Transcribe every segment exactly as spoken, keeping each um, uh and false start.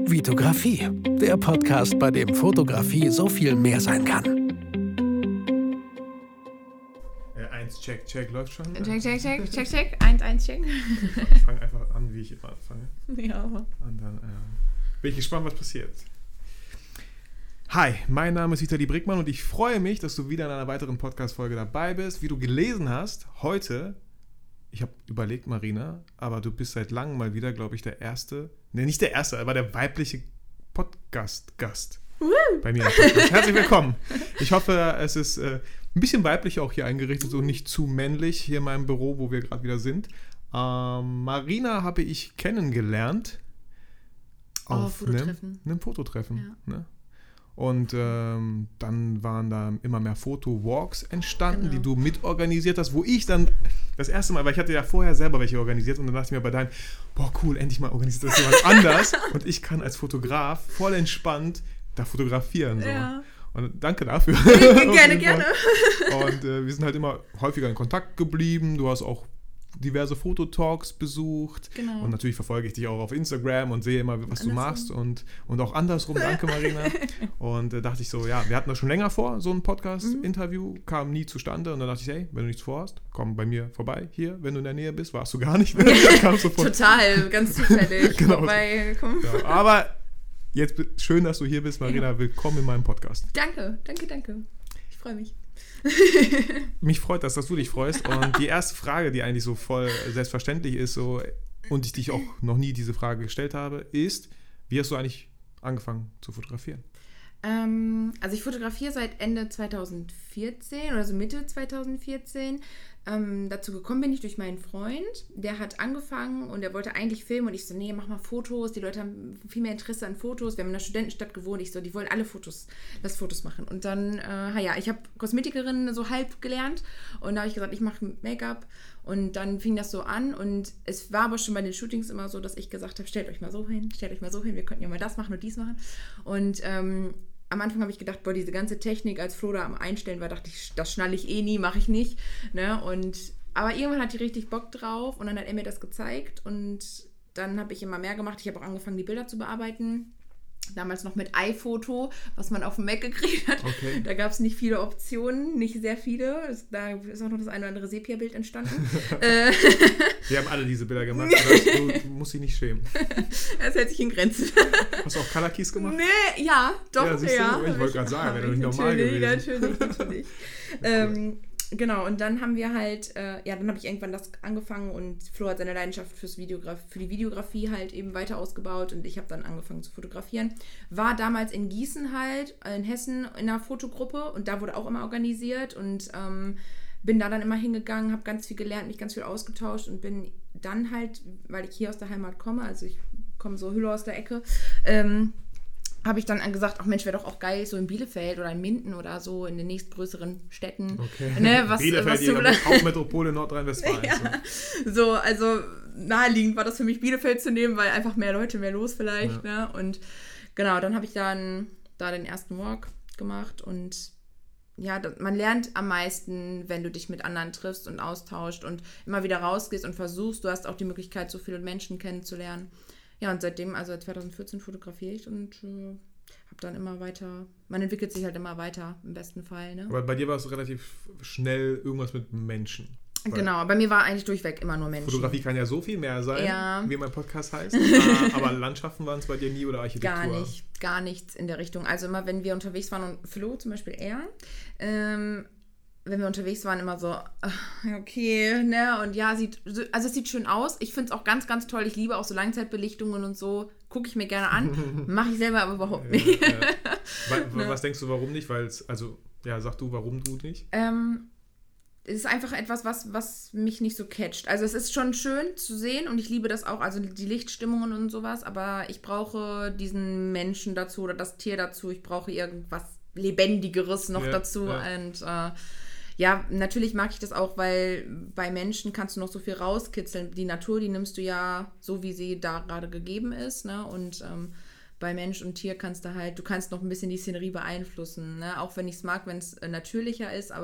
Vitografie, der Podcast, bei dem Fotografie so viel mehr sein kann. Äh, eins, check, check, läuft schon? Check, check, check, check, check, eins, eins, check. Ich fange einfach an, wie ich immer anfange. Ja, aber. Und dann äh, bin ich gespannt, was passiert. Hi, mein Name ist Vitali Brickmann und ich freue mich, dass du wieder in einer weiteren Podcast-Folge dabei bist. Wie du gelesen hast, heute, ich habe überlegt, Marina, aber du bist seit langem mal wieder, glaube ich, der erste, ne, nicht der erste, aber der weibliche Podcast-Gast bei mir. Herzlich willkommen. Ich hoffe, es ist äh, ein bisschen weiblich auch hier eingerichtet und nicht zu männlich hier in meinem Büro, wo wir gerade wieder sind. Ähm, Marina habe ich kennengelernt auf oh, einem, einem Fototreffen. Ja. Ne? Und ähm, dann waren da immer mehr Foto-Walks entstanden, genau, die du mitorganisiert hast, wo ich dann das erste Mal, weil ich hatte ja vorher selber welche organisiert und dann dachte ich mir bei deinem, boah cool, endlich mal organisiert das jemand anders und ich kann als Fotograf voll entspannt da fotografieren. So. Ja. Und danke dafür. Gerne, gerne. Und äh, wir sind halt immer häufiger in Kontakt geblieben. Du hast auch diverse Fototalks besucht. Genau. Und natürlich verfolge ich dich auch auf Instagram und sehe immer, was andersrum du machst. Und, und auch andersrum. Danke, Marina. Und da äh, dachte ich so, ja, wir hatten das schon länger vor, so ein Podcast-Interview. Mhm. Kam nie zustande. Und dann dachte ich, hey, wenn du nichts vorhast, komm bei mir vorbei hier. Wenn du in der Nähe bist, warst du gar nicht. Kam sofort. Total, ganz zufällig. Genau. Vorbei, komm. Ja, aber jetzt schön, dass du hier bist, Marina. Ja. Willkommen in meinem Podcast. Danke, danke, danke. Ich freue mich. Mich freut das, dass du dich freust. Und die erste Frage, die eigentlich so voll selbstverständlich ist so, und ich dich auch noch nie diese Frage gestellt habe, ist, wie hast du eigentlich angefangen zu fotografieren? Ähm, also ich fotografiere seit Ende zwanzig vierzehn oder so Mitte zwanzig vierzehn. Ähm, dazu gekommen bin ich durch meinen Freund. Der hat angefangen und er wollte eigentlich filmen und ich so, nee, mach mal Fotos. Die Leute haben viel mehr Interesse an Fotos. Wir haben in einer Studentenstadt gewohnt. Ich so, die wollen alle Fotos, lass Fotos machen. Und dann, äh, ja, ich habe Kosmetikerin so halb gelernt und da habe ich gesagt, ich mache Make-up. Und dann fing das so an und es war aber schon bei den Shootings immer so, dass ich gesagt habe, stellt euch mal so hin, stellt euch mal so hin, wir könnten ja mal das machen und dies machen. Und ähm, am Anfang habe ich gedacht, boah, diese ganze Technik, als Flo da am Einstellen war, dachte ich, das schnalle ich eh nie, mache ich nicht. Ne? Und, aber irgendwann hat die richtig Bock drauf und dann hat er mir das gezeigt und dann habe ich immer mehr gemacht. Ich habe auch angefangen, die Bilder zu bearbeiten. Damals noch mit iPhoto, was man auf dem Mac gekriegt hat. Okay. Da gab es nicht viele Optionen, nicht sehr viele. Das, da ist auch noch das eine oder andere Sepia-Bild entstanden. Wir haben alle diese Bilder gemacht. Du, du musst dich nicht schämen. Das hält sich in Grenzen. Hast du auch Color Keys gemacht? Nee, ja, doch, ja. ja. Ich wollte gerade sagen, wäre doch nicht normal gewesen. Natürlich, natürlich. ähm, Genau, und dann haben wir halt, äh, ja, dann habe ich irgendwann das angefangen und Flo hat seine Leidenschaft fürs Videograf- für die Videografie halt eben weiter ausgebaut und ich habe dann angefangen zu fotografieren. War damals in Gießen halt, in Hessen, in einer Fotogruppe und da wurde auch immer organisiert und ähm, bin da dann immer hingegangen, habe ganz viel gelernt, mich ganz viel ausgetauscht und bin dann halt, weil ich hier aus der Heimat komme, also ich komme so Hülle aus der Ecke, ähm, habe ich dann gesagt, ach Mensch, wäre doch auch geil, so in Bielefeld oder in Minden oder so, in den nächstgrößeren Städten. Okay. Ne, was, Bielefeld, was die Hauptmetropole Nordrhein-Westfalen. Ja. So, also naheliegend war das für mich, Bielefeld zu nehmen, weil einfach mehr Leute, mehr los vielleicht. Ja. Ne? Und genau, dann habe ich dann da den ersten Walk gemacht und ja, man lernt am meisten, wenn du dich mit anderen triffst und austauscht und immer wieder rausgehst und versuchst, du hast auch die Möglichkeit, so viele Menschen kennenzulernen. Ja, und seitdem, also zwanzig vierzehn fotografiere ich und äh, habe dann immer weiter, man entwickelt sich halt immer weiter, im besten Fall. Ne? Aber bei dir war es relativ schnell irgendwas mit Menschen. Genau, bei mir war eigentlich durchweg immer nur Menschen. Fotografie kann ja so viel mehr sein, ja, wie mein Podcast heißt, aber Landschaften waren es bei dir nie oder Architektur? Gar nicht, gar nichts in der Richtung. Also immer, wenn wir unterwegs waren und Flo zum Beispiel er, ähm, wenn wir unterwegs waren, immer so, okay, ne, und ja, sieht, also es sieht schön aus. Ich finde es auch ganz, ganz toll. Ich liebe auch so Langzeitbelichtungen und so. Gucke ich mir gerne an. Mache ich selber aber überhaupt nicht. Ja, ja. Was, was denkst du, warum nicht? Weil es, also, ja, sag du, warum du nicht? Ähm, es ist einfach etwas, was, was mich nicht so catcht. Also es ist schon schön zu sehen und ich liebe das auch, also die Lichtstimmungen und sowas, aber ich brauche diesen Menschen dazu oder das Tier dazu. Ich brauche irgendwas Lebendigeres noch ja, dazu ja. und äh, ja, natürlich mag ich das auch, weil bei Menschen kannst du noch so viel rauskitzeln. Die Natur, die nimmst du ja so, wie sie da gerade gegeben ist, ne? Und ähm, bei Mensch und Tier kannst du halt, du kannst noch ein bisschen die Szenerie beeinflussen, ne? Auch wenn ich es mag, wenn es äh, natürlicher ist, aber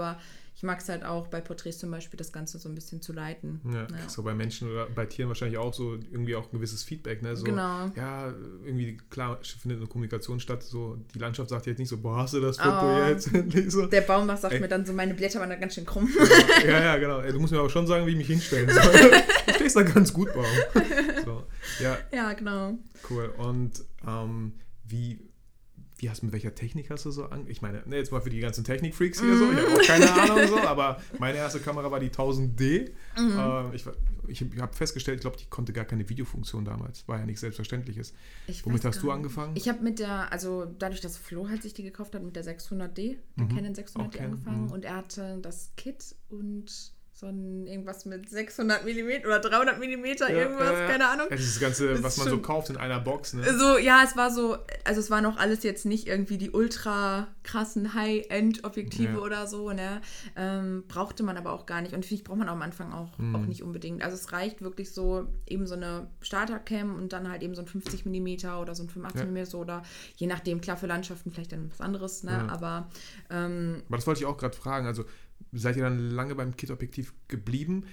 ich mag es halt auch bei Porträts zum Beispiel, das Ganze so ein bisschen zu leiten. Ja, Ja. kriegst du bei Menschen oder bei Tieren wahrscheinlich auch so irgendwie auch ein gewisses Feedback, ne? So, Genau. ja, irgendwie, klar, findet eine Kommunikation statt, so, die Landschaft sagt jetzt nicht so, boah, hast du das Foto Oh. jetzt? Endlich so. Der Baumbach sagt Ey. mir dann so, meine Blätter waren da ganz schön krumm. Ja, ja, genau. Ey, du musst mir aber schon sagen, wie ich mich hinstellen soll. Du stehst da ganz gut, Baum. So, ja, Ja, genau. cool. Und ähm, wie, wie hast du, mit welcher Technik hast du so an? Ich meine, ne, jetzt mal für die ganzen Technik-Freaks hier so, ich habe auch keine Ahnung so, aber meine erste Kamera war die tausend D. Mhm. Äh, ich ich habe festgestellt, ich glaube, die konnte gar keine Videofunktion damals. War ja nichts Selbstverständliches. Ich Womit weiß hast gar du nicht. angefangen? Ich habe mit der, also dadurch, dass Flo halt sich die gekauft hat, mit der sechshundert D, der Mhm. Canon sechshundert D Auch Canon, angefangen mhm. und er hatte das Kit und so ein irgendwas mit sechshundert Millimeter oder dreihundert Millimeter, Ja, irgendwas, ja, ja. keine Ahnung. Ja, dieses Ganze, Das was ist man so schon- kauft in einer Box, ne? So, ja, es war so, also es war noch alles jetzt nicht irgendwie die ultra krassen High-End-Objektive Ja. oder so, ne? Ähm, brauchte man aber auch gar nicht und finde ich, braucht man auch am Anfang auch, Mhm. auch nicht unbedingt. Also es reicht wirklich so eben so eine Starter-Cam und dann halt eben so ein fünfzig Millimeter oder so ein fünfundachtzig Ja. Millimeter so, oder je nachdem, klar für Landschaften vielleicht dann was anderes, ne? Ja. Aber ähm, Aber das wollte ich auch gerade fragen. Also, seid ihr dann lange beim Kit-Objektiv geblieben?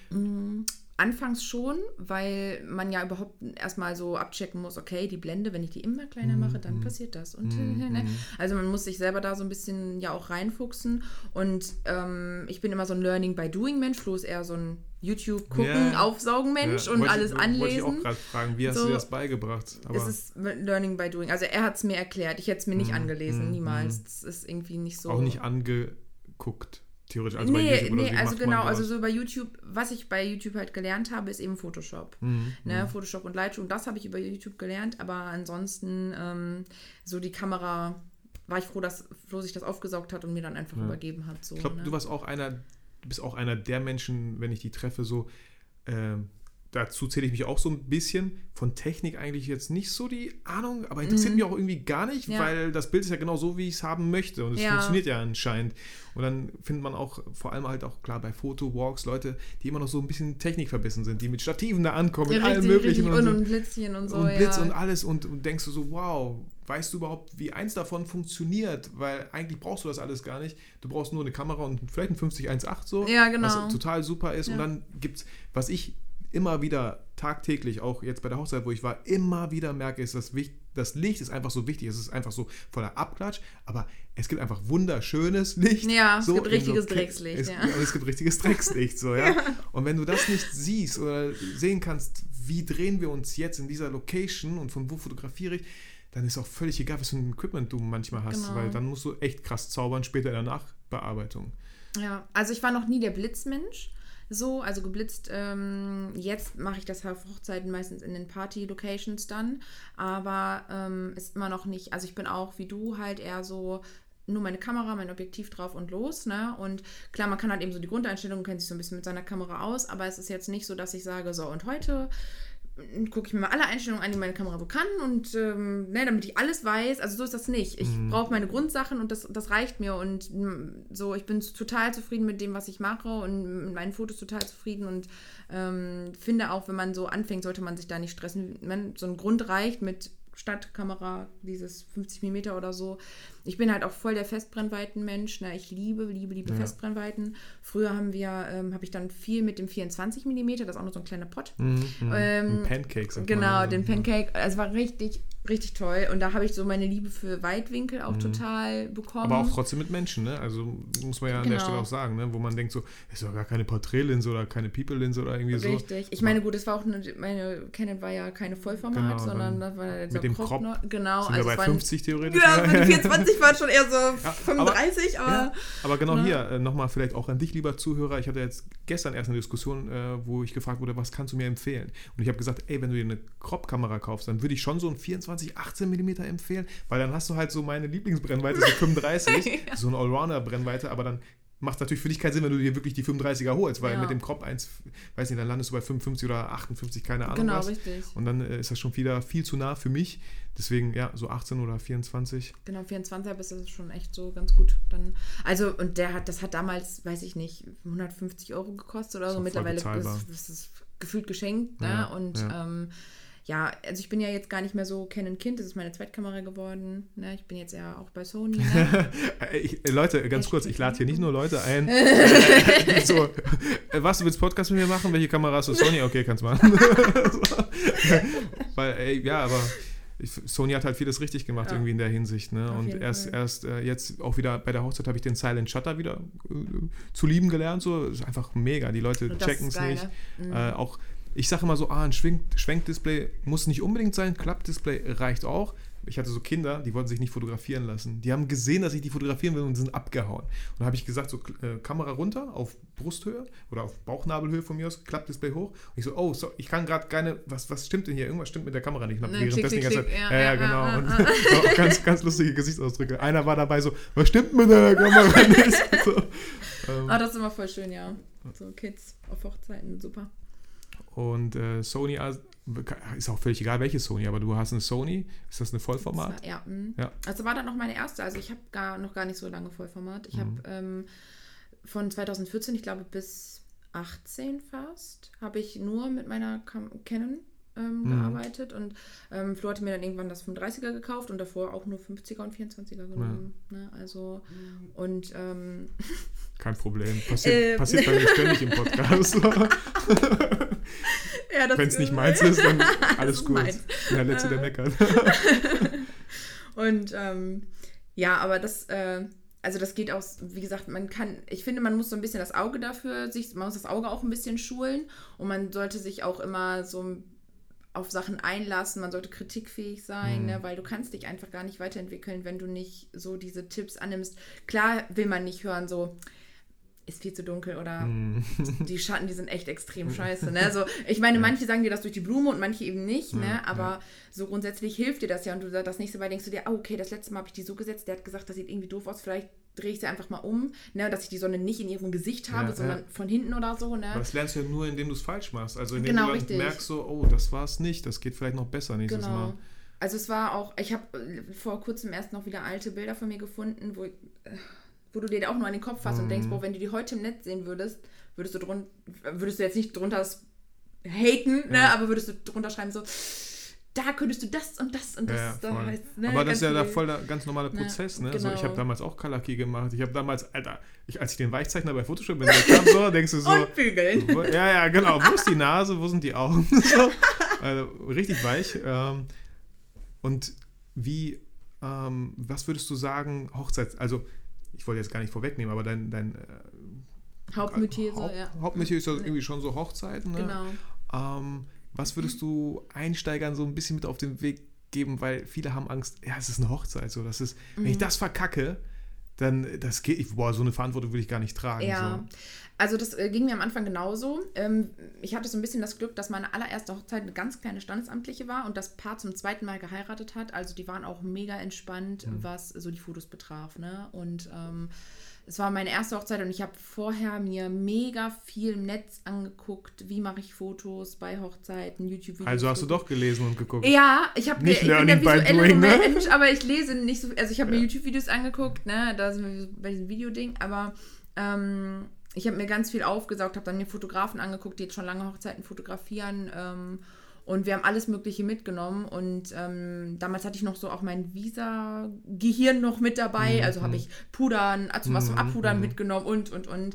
anfangs schon, weil man ja überhaupt erstmal so abchecken muss, okay, die Blende, wenn ich die immer kleiner mache, dann passiert das. Und, Mhm. ne? Also man muss sich selber da so ein bisschen ja auch reinfuchsen. Und ähm, ich bin immer so ein Learning by Doing Mensch. Flo ist eher so ein YouTube gucken, Ja. aufsaugen Mensch Ja, und wollte alles ich, anlesen. Wollte ich auch gerade fragen, wie hast So. du dir das beigebracht? Aber Es ist Learning by Doing. Also er hat es mir erklärt. Ich hätte es mir nicht Mhm, angelesen, mhm, niemals. mhm. Das ist irgendwie nicht so. auch nicht angeguckt, theoretisch. Also bei nee, YouTube oder nee, so, wie also macht genau, man also das? so bei YouTube, was ich bei YouTube halt gelernt habe, ist eben Photoshop. Mhm, Ne, mhm. Photoshop und Lightroom, das habe ich über YouTube gelernt, aber ansonsten ähm, so die Kamera, war ich froh, dass Flo sich das aufgesaugt hat und mir dann einfach Ja. übergeben hat. So, Ich glaube, ne? du warst auch einer, du bist auch einer der Menschen, wenn ich die treffe, so, ähm, dazu zähle ich mich auch so ein bisschen, von Technik eigentlich jetzt nicht so die Ahnung, aber interessiert Mhm. mich auch irgendwie gar nicht, Ja. weil das Bild ist ja genau so, wie ich es haben möchte und es Ja. funktioniert ja anscheinend. Und dann findet man auch, vor allem halt auch klar bei Fotowalks, Leute, die immer noch so ein bisschen technikverbissen sind, die mit Stativen da ankommen, mit ja, allem richtig, möglichen richtig. und, Und, so. und Blitzchen und so, und Blitz ja. und alles und, und denkst du so, wow, weißt du überhaupt, wie eins davon funktioniert? Weil eigentlich brauchst du das alles gar nicht. Du brauchst nur eine Kamera und vielleicht ein fünfzig eins Komma acht so, Ja, genau. was total super ist. Ja. Und dann gibt's, was ich immer wieder tagtäglich, auch jetzt bei der Hochzeit, wo ich war, immer wieder merke, ist das wichtig. Das Licht ist einfach so wichtig. Es ist einfach so voller Abklatsch, aber es gibt einfach wunderschönes Licht. Ja, es so gibt in richtiges so, Dreckslicht, Es, ja. und es gibt richtiges Dreckslicht, so, ja. Und wenn du das nicht siehst oder sehen kannst, wie drehen wir uns jetzt in dieser Location und von wo fotografiere ich, dann ist auch völlig egal, was für ein Equipment du manchmal hast, Genau. weil dann musst du echt krass zaubern später in der Nachbearbeitung. Ja, also ich war noch nie der Blitzmensch. So, also geblitzt, ähm, jetzt mache ich das auf Hochzeiten meistens in den Party-Locations dann, aber ähm, ist immer noch nicht, also ich bin auch wie du halt eher so, nur meine Kamera, mein Objektiv drauf und los, ne, und klar, man kann halt eben so die Grundeinstellungen, kennt sich so ein bisschen mit seiner Kamera aus, aber es ist jetzt nicht so, dass ich sage, so und heute gucke ich mir mal alle Einstellungen an, die meine Kamera so kann und ähm, ne, damit ich alles weiß. Also so ist das nicht. Ich Mhm. brauche meine Grundsachen und das, das reicht mir und mm, so, ich bin total zufrieden mit dem, was ich mache und mit meinen Fotos total zufrieden und ähm, finde auch, wenn man so anfängt, sollte man sich da nicht stressen. Man, so ein Grund reicht mit Stadtkamera, dieses fünfzig Millimeter oder so. Ich bin halt auch voll der Festbrennweiten-Mensch. Ne? Ich liebe, liebe, liebe Ja. Festbrennweiten. Früher haben wir, ähm, habe ich dann viel mit dem vierundzwanzig Millimeter, das ist auch nur so ein kleiner Pott. Mhm, mhm. Ähm, Pancakes. sagt Genau, man. den Pancake. Es war richtig, richtig toll. Und da habe ich so meine Liebe für Weitwinkel auch total bekommen. Aber auch trotzdem mit Menschen, ne? Also muss man ja an der Genau. Stelle auch sagen, ne? Wo man denkt so, ist doch gar keine Porträtlinse oder keine People-Linse oder irgendwie so. Richtig. Ich meine, gut, es war auch eine, meine Canon war ja keine Vollformat, Genau, sondern dann das war der mit dem Crop Crop noch- Genau. Sind wir also bei es waren- fünfzig theoretisch? Ja, mit vierundzwanzig waren schon eher so Ja, fünfunddreißig, aber, Ja, aber genau ne? hier, äh, nochmal vielleicht auch an dich, lieber Zuhörer. Ich hatte jetzt gestern erst eine Diskussion, äh, wo ich gefragt wurde, was kannst du mir empfehlen? Und ich habe gesagt, ey, wenn du dir eine Crop-Kamera kaufst, dann würde ich schon so ein vierundzwanzig achtzehn Millimeter empfehlen, weil dann hast du halt so meine Lieblingsbrennweite, so fünfunddreißig, Ja. so eine Allrounder-Brennweite, aber dann macht es natürlich für dich keinen Sinn, wenn du dir wirklich die fünfunddreißiger holst, weil Ja. mit dem Crop eins, weiß nicht, dann landest du bei fünfundfünfzig oder achtundfünfzig, keine Ahnung genau, was. richtig. Und dann äh, ist das schon wieder viel zu nah für mich. Deswegen, ja, so achtzehn oder vierundzwanzig. Genau, vierundzwanzig ist das schon echt so ganz gut. Dann, also, und der hat, das hat damals, weiß ich nicht, hundertfünfzig Euro gekostet oder Ist so. auch voll Mittlerweile bezahlbar. ist, ist es gefühlt geschenkt. Ne? Ja, und ja. ähm, ja, also ich bin ja jetzt gar nicht mehr so Canon-Kind, das ist meine Zweitkamera geworden. Ne? Ich bin jetzt ja auch bei Sony. Ne? ich, Leute, ganz kurz, ich lade hier nicht nur Leute ein. äh, so, äh, was, du willst Podcast mit mir machen? Welche Kamera hast du? Sony? Okay, kannst machen. so. Weil, ey, ja, aber ich, Sony hat halt vieles richtig gemacht, ja. irgendwie in der Hinsicht. Ne? Und erst, erst äh, jetzt auch wieder bei der Hochzeit habe ich den Silent Shutter wieder äh, zu lieben gelernt. So. Das ist einfach mega. Die Leute checken es nicht. Mhm. Äh, auch Ich sage immer so, ah, ein Schwenk- Schwenkdisplay muss nicht unbedingt sein, Klappdisplay reicht auch. Ich hatte so Kinder, die wollten sich nicht fotografieren lassen. Die haben gesehen, dass ich die fotografieren will und sind abgehauen. Und da habe ich gesagt, so äh, Kamera runter auf Brusthöhe oder auf Bauchnabelhöhe von mir aus, Klappdisplay hoch. Und ich so, oh, so, ich kann gerade keine, was, was stimmt denn hier? Irgendwas stimmt mit der Kamera nicht. Und ne, klick, klick, klick, ja, ja, ja, genau. Ah, und ah, auch ganz, ganz lustige Gesichtsausdrücke. Einer war dabei so, was stimmt mit der Kamera nicht? So, ähm, ah, das ist immer voll schön, ja. So Kids auf Hochzeiten, super. Und äh, Sony, ist auch völlig egal, welche Sony, aber du hast eine Sony, ist das eine Vollformat? Das war, ja, ja, also war das noch meine erste, also ich habe gar, noch gar nicht so lange Vollformat. Ich mhm. habe ähm, von zwanzig vierzehn, ich glaube bis achtzehn fast, habe ich nur mit meiner Cam- Canon ähm, mhm. gearbeitet und ähm, Flo hatte mir dann irgendwann das fünfunddreißiger gekauft und davor auch nur fünfziger und vierundzwanziger genommen. Ja. Ne? Also und ähm, kein Problem, passiert, äh, passiert bei mir ständig im Podcast. ja, wenn es nicht meins ist, dann alles gut. Ich bin der Letzte, der meckert. und ähm, ja, aber das äh, also das geht auch, wie gesagt, man kann, ich finde, man muss so ein bisschen das Auge dafür, sich, man muss das Auge auch ein bisschen schulen und man sollte sich auch immer so auf Sachen einlassen, man sollte kritikfähig sein, mhm. ne, weil du kannst dich einfach gar nicht weiterentwickeln, wenn du nicht so diese Tipps annimmst. Klar will man nicht hören, so, ist viel zu dunkel oder mm. die Schatten, die sind echt extrem scheiße. Ne? Also, ich meine, ja. manche sagen dir das durch die Blume und manche eben nicht, ja, ne? aber ja. so grundsätzlich hilft dir das ja und du das nächste Mal denkst du dir, oh, okay, das letzte Mal habe ich die so gesetzt, der hat gesagt, das sieht irgendwie doof aus, vielleicht drehe ich sie einfach mal um, ne? Dass ich die Sonne nicht in ihrem Gesicht habe, ja, sondern ja. von hinten oder so. Ne? Aber das lernst du ja nur, indem du es falsch machst. Also indem genau, du richtig. merkst so, oh, das war es nicht, das geht vielleicht noch besser nächstes genau. Mal. Also es war auch, ich habe vor kurzem erst noch wieder alte Bilder von mir gefunden, wo ich, wo du dir auch nur an den Kopf fasst mm. und denkst, boah, wenn du die heute im Netz sehen würdest, würdest du drun- würdest du jetzt nicht drunter haten, ja. ne, aber würdest du drunter schreiben so, da könntest du das und das und das. Ja, da heißt, ne, aber das ist ja viel. da voll der ganz normale Prozess, ne? Genau. So, ich habe damals auch Kalaki gemacht. Ich habe damals, Alter, ich, als ich den Weichzeichner bei Photoshop bin, kam so, denkst du so. Und bügeln. Wo, ja, ja, genau. Wo ist die Nase? Wo sind die Augen? so. Also, richtig weich. Ähm, und wie, ähm, was würdest du sagen, Hochzeits, also ich wollte jetzt gar nicht vorwegnehmen, aber dein, dein äh, Hauptmetier, Haupt, so, ja. Hauptmetier ist ja irgendwie schon so Hochzeiten, ne? Genau. Ähm, was würdest du Einsteigern so ein bisschen mit auf den Weg geben, weil viele haben Angst, ja, es ist eine Hochzeit, so, das ist, mhm. wenn ich das verkacke, dann, das geht, ich, boah, so eine Verantwortung will ich gar nicht tragen. Ja, so. Also das äh, ging mir am Anfang genauso. Ähm, ich hatte so ein bisschen das Glück, dass meine allererste Hochzeit eine ganz kleine Standesamtliche war und das Paar zum zweiten Mal geheiratet hat. Also die waren auch mega entspannt, mhm. was so die Fotos betraf. Ne? Und ähm, es war meine erste Hochzeit und ich habe vorher mir mega viel im Netz angeguckt, wie mache ich Fotos bei Hochzeiten, YouTube-Videos. Also hast du doch gelesen und geguckt? Ja, ich habe nicht Learning by Doing, ne? Mensch, aber ich lese nicht so, also ich habe ja. mir YouTube-Videos angeguckt, ne, da sind wir bei diesem Videoding, aber ähm, ich habe mir ganz viel aufgesaugt, habe dann mir Fotografen angeguckt, die jetzt schon lange Hochzeiten fotografieren ähm, und wir haben alles Mögliche mitgenommen und ähm, damals hatte ich noch so auch mein Visa-Gehirn noch mit dabei, mhm. also habe ich Pudern, also was zum mhm. Abpudern mhm. mitgenommen und, und, und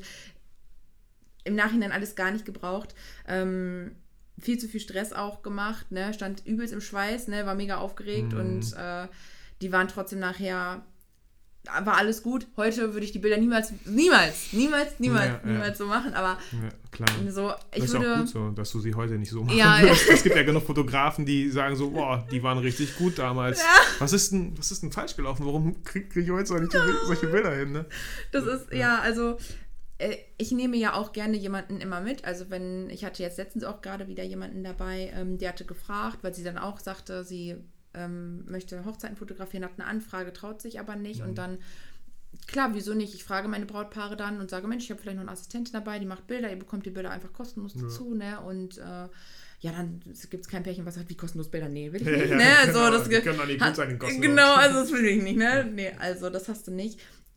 im Nachhinein alles gar nicht gebraucht. Ähm, viel zu viel Stress auch gemacht, ne, stand übelst im Schweiß, ne, war mega aufgeregt mhm. und äh, die waren trotzdem nachher, war alles gut. Heute würde ich die Bilder niemals, niemals, niemals, niemals, ja, niemals ja. so machen, aber ja, klar. so, ich das ist würde... auch gut so, dass du sie heute nicht so machen ja, würdest. Es gibt ja genug Fotografen, die sagen so, boah, die waren richtig gut damals. Ja. Was ist denn, was ist denn falsch gelaufen? Warum kriege krieg ich heute so nicht solche Bilder hin, ne? Das ist, ja, ja also ich nehme ja auch gerne jemanden immer mit. Also wenn, ich hatte jetzt letztens auch gerade wieder jemanden dabei, ähm, der hatte gefragt, weil sie dann auch sagte, sie ähm, möchte Hochzeiten fotografieren, hat eine Anfrage, traut sich aber nicht. Mhm. Und dann, klar, wieso nicht? Ich frage meine Brautpaare dann und sage, Mensch, ich habe vielleicht noch eine Assistentin dabei, die macht Bilder, ihr bekommt die Bilder einfach kostenlos ja. dazu, ne? Und äh, ja, dann gibt es kein Pärchen, was sagt, wie kostenlos Bilder? Nee, will ich nicht, ja, ne? Genau, so, das die können doch nicht gut sein in kostenlos. Genau, also das will ich nicht, ne? Nee, also das hast du nicht.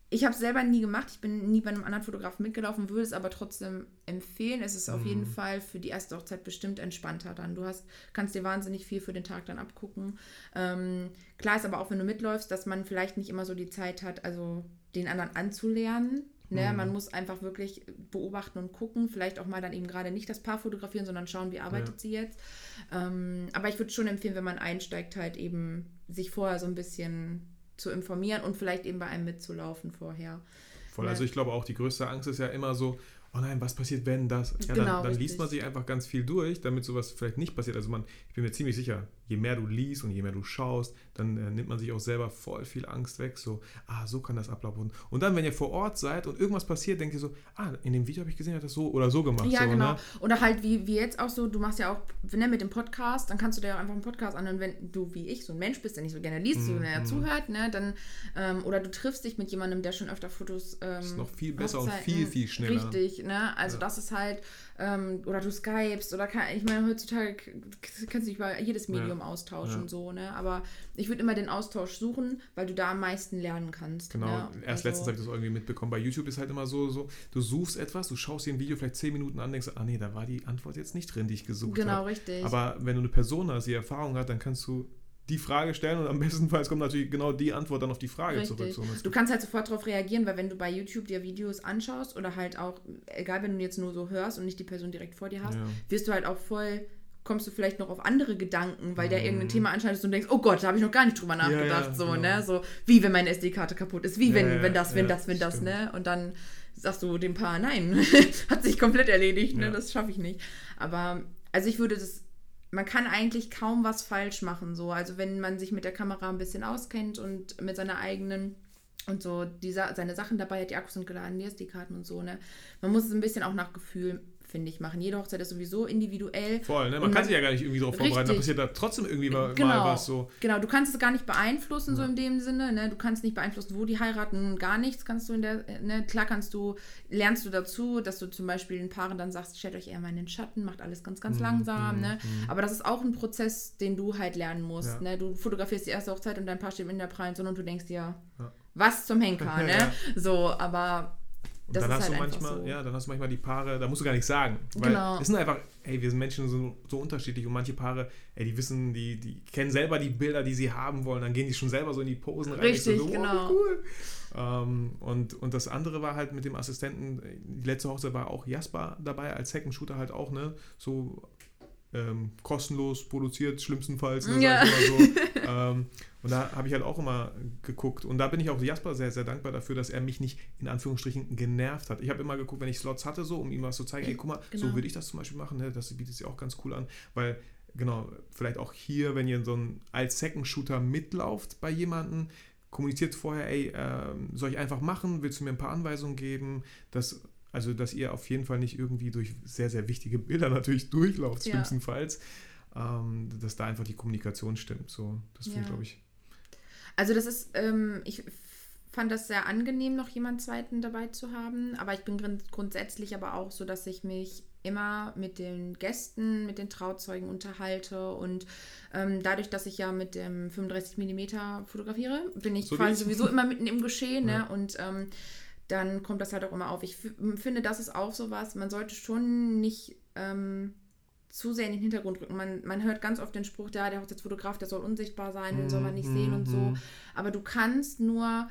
ich habe es selber nie gemacht, ich bin nie bei einem anderen Fotografen mitgelaufen, würde es aber trotzdem empfehlen. Es ist auf Mhm. jeden Fall für die erste Hochzeit bestimmt entspannter dann. Du hast, kannst dir wahnsinnig viel für den Tag dann abgucken. Ähm, klar ist aber auch, wenn du mitläufst, dass man vielleicht nicht immer so die Zeit hat, also den anderen anzulernen. Ne? Mhm. Man muss einfach wirklich beobachten und gucken, vielleicht auch mal dann eben gerade nicht das Paar fotografieren, sondern schauen, wie arbeitet Ja. sie jetzt. Ähm, aber ich würde schon empfehlen, wenn man einsteigt, halt eben sich vorher so ein bisschen zu informieren und vielleicht eben bei einem mitzulaufen vorher. Voll. Ja. Also ich glaube auch, die größte Angst ist ja immer so, oh nein, was passiert, wenn das? Ja, Genau, dann, dann liest richtig. man sich einfach ganz viel durch, damit sowas vielleicht nicht passiert. Also man, ich bin mir ziemlich sicher, je mehr du liest und je mehr du schaust, dann äh, nimmt man sich auch selber voll viel Angst weg. So, ah, so kann das ablaufen. Und dann, wenn ihr vor Ort seid und irgendwas passiert, denkt ihr so, ah, in dem Video habe ich gesehen, hat das so oder so gemacht. Ja, so, genau. Ne? Oder halt wie, wie jetzt auch so, du machst ja auch, ne, mit dem Podcast, dann kannst du dir ja einfach einen Podcast anhören, wenn du wie ich so ein Mensch bist, der nicht so gerne liest, Mhm. so gerne zuhört, ne, dann, ähm, oder du triffst dich mit jemandem, der schon öfter Fotos, ähm, Das ist noch viel besser und Hochzeiten- viel, viel schneller. Richtig, ne, also Ja. das ist halt, ähm, oder du skypst, oder kann, ich meine, heutzutage k- kannst du dich über jedes Medium Ja. austauschen, Ja. so, ne, aber ich würde immer den Austausch suchen, weil du da am meisten lernen kannst. Genau, ne? erst Also- letztens habe ich das irgendwie mitbekommen. Bei YouTube ist halt immer so, so, du suchst etwas, du schaust dir ein Video vielleicht zehn Minuten an, denkst, ah nee, da war die Antwort jetzt nicht drin, die ich gesucht Genau, habe. richtig. Aber wenn du eine Person hast, die Erfahrung hat, dann kannst du die Frage stellen und am bestenfalls kommt natürlich genau die Antwort dann auf die Frage Richtig. zurück. So, und das- Du kannst halt sofort darauf reagieren, weil wenn du bei YouTube dir Videos anschaust oder halt auch, egal wenn du jetzt nur so hörst und nicht die Person direkt vor dir hast, Ja. wirst du halt auch voll, kommst du vielleicht noch auf andere Gedanken, weil der Mhm. irgendein Thema anschneidest und denkst, oh Gott, da habe ich noch gar nicht drüber Ja, nachgedacht. ja, so, genau. ne? So, wie wenn meine S D-Karte kaputt ist, wie wenn, Ja, ja, wenn das, wenn ja, das, wenn das, stimmt. ne? Und dann sagst du dem Paar, nein, hat sich komplett erledigt, ne? Ja. Das schaffe ich nicht. Aber, also ich würde das, man kann eigentlich kaum was falsch machen, so. Also wenn man sich mit der Kamera ein bisschen auskennt und mit seiner eigenen und so die, Sa- seine Sachen dabei hat, die Akkus sind geladen, die S D-Karten und so, ne. Man muss es ein bisschen auch nach Gefühl, finde ich, machen. Jede Hochzeit ist sowieso individuell. Voll, ne? Man Und kann man- sich ja gar nicht irgendwie darauf vorbereiten, da Richtig. passiert da trotzdem irgendwie mal, Genau, mal was so. genau, du kannst es gar nicht beeinflussen, so Ja. in dem Sinne, ne? Du kannst nicht beeinflussen, wo die heiraten, gar nichts kannst du in der, ne? Klar kannst du, lernst du dazu, dass du zum Beispiel den Paaren dann sagst, stellt euch eher mal in den Schatten, macht alles ganz, ganz Mhm, langsam, mhm, ne? mhm. Aber das ist auch ein Prozess, den du halt lernen musst, Ja. ne? Du fotografierst die erste Hochzeit und dein Paar steht in der prallen Sonne und du denkst dir, Ja. was zum Henker, ne? Ja. So, aber Und das dann ist hast halt du einfach manchmal, so. ja, dann hast du manchmal die Paare, da musst du gar nichts sagen. Weil Genau. es sind einfach, ey, wir sind Menschen so, so unterschiedlich und manche Paare, ey, die wissen, die, die kennen selber die Bilder, die sie haben wollen, dann gehen die schon selber so in die Posen rein. Richtig, Ich so, oh, wie genau. cool. Ähm, und, und das andere war halt mit dem Assistenten, die letzte Hochzeit war auch Jasper dabei, als Second Shooter halt auch, ne, so ähm, kostenlos produziert, schlimmstenfalls, ne, Ja. sag ich mal so. ähm, und da habe ich halt auch immer geguckt. Und da bin ich auch Jasper sehr, sehr dankbar dafür, dass er mich nicht in Anführungsstrichen genervt hat. Ich habe immer geguckt, wenn ich Slots hatte, so, um ihm was zu zeigen, ey, guck mal, Genau. so würde ich das zum Beispiel machen, ne? Das bietet sich auch ganz cool an, weil, genau, vielleicht auch hier, wenn ihr so ein, als Second Shooter mitlauft bei jemandem, kommuniziert vorher, ey, ähm, soll ich einfach machen, willst du mir ein paar Anweisungen geben, dass also, dass ihr auf jeden Fall nicht irgendwie durch sehr, sehr wichtige Bilder natürlich durchlauft, Ja. schlimmstenfalls. Ähm, dass da einfach die Kommunikation stimmt. So, das finde ich, Ja. glaube ich. Also das ist, ähm, ich fand das sehr angenehm, noch jemand Zweiten dabei zu haben. Aber ich bin grund- grundsätzlich aber auch so, dass ich mich immer mit den Gästen, mit den Trauzeugen unterhalte. Und ähm, dadurch, dass ich ja mit dem fünfunddreißig Millimeter fotografiere, bin ich So wie quasi ich. sowieso immer mitten im Geschehen. Ja. Ne? Und ähm, dann kommt das halt auch immer auf. Ich f- finde, das ist auch sowas, man sollte schon nicht ähm, zu sehr in den Hintergrund rücken. Man, man hört ganz oft den Spruch, ja, der Hochzeitsfotograf, der soll unsichtbar sein, den soll man nicht sehen und so. Mhm. Aber du kannst nur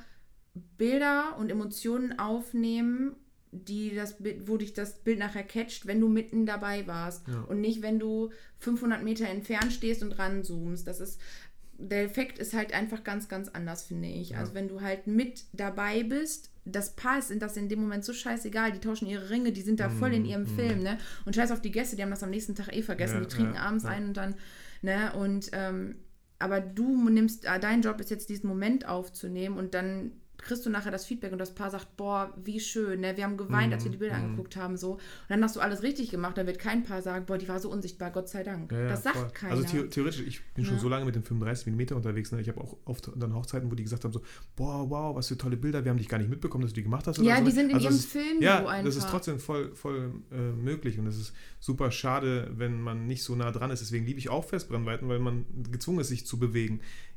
Bilder und Emotionen aufnehmen, die das Bild, wo dich das Bild nachher catcht, wenn du mitten dabei warst. Ja. Und nicht, wenn du fünfhundert Meter entfernt stehst und ranzoomst. Das ist, der Effekt ist halt einfach ganz, ganz anders, finde ich. Ja. Also wenn du halt mit dabei bist, das Paar ist das in dem Moment so scheißegal, die tauschen ihre Ringe, die sind da voll in ihrem Mm, Film, ne? Und scheiß auf die Gäste, die haben das am nächsten Tag eh vergessen, Ja, die trinken ja, abends ja. ein und dann, ne? Und, ähm, aber du nimmst, äh, dein Job ist jetzt diesen Moment aufzunehmen und dann kriegst du nachher das Feedback und das Paar sagt, boah, wie schön, ne? Wir haben geweint, als wir die Bilder Mm, mm. angeguckt haben, so. Und dann hast du alles richtig gemacht, da wird kein Paar sagen, boah, die war so unsichtbar, Gott sei Dank. Ja, ja, das sagt voll. keiner. Also the- theoretisch, ich bin schon Ja. so lange mit dem fünfunddreißig Millimeter unterwegs. Ne? Ich habe auch oft dann Hochzeiten, wo die gesagt haben so, boah, wow, was für tolle Bilder, wir haben dich gar nicht mitbekommen, dass du die gemacht hast. Oder Ja, so. die sind in Also ihrem es ist, Film ja, so einfach. das ist trotzdem voll, voll äh, möglich und es ist super schade, wenn man nicht so nah dran ist. Deswegen liebe ich auch Festbrennweiten, weil man gezwungen ist, sich zu bewegen.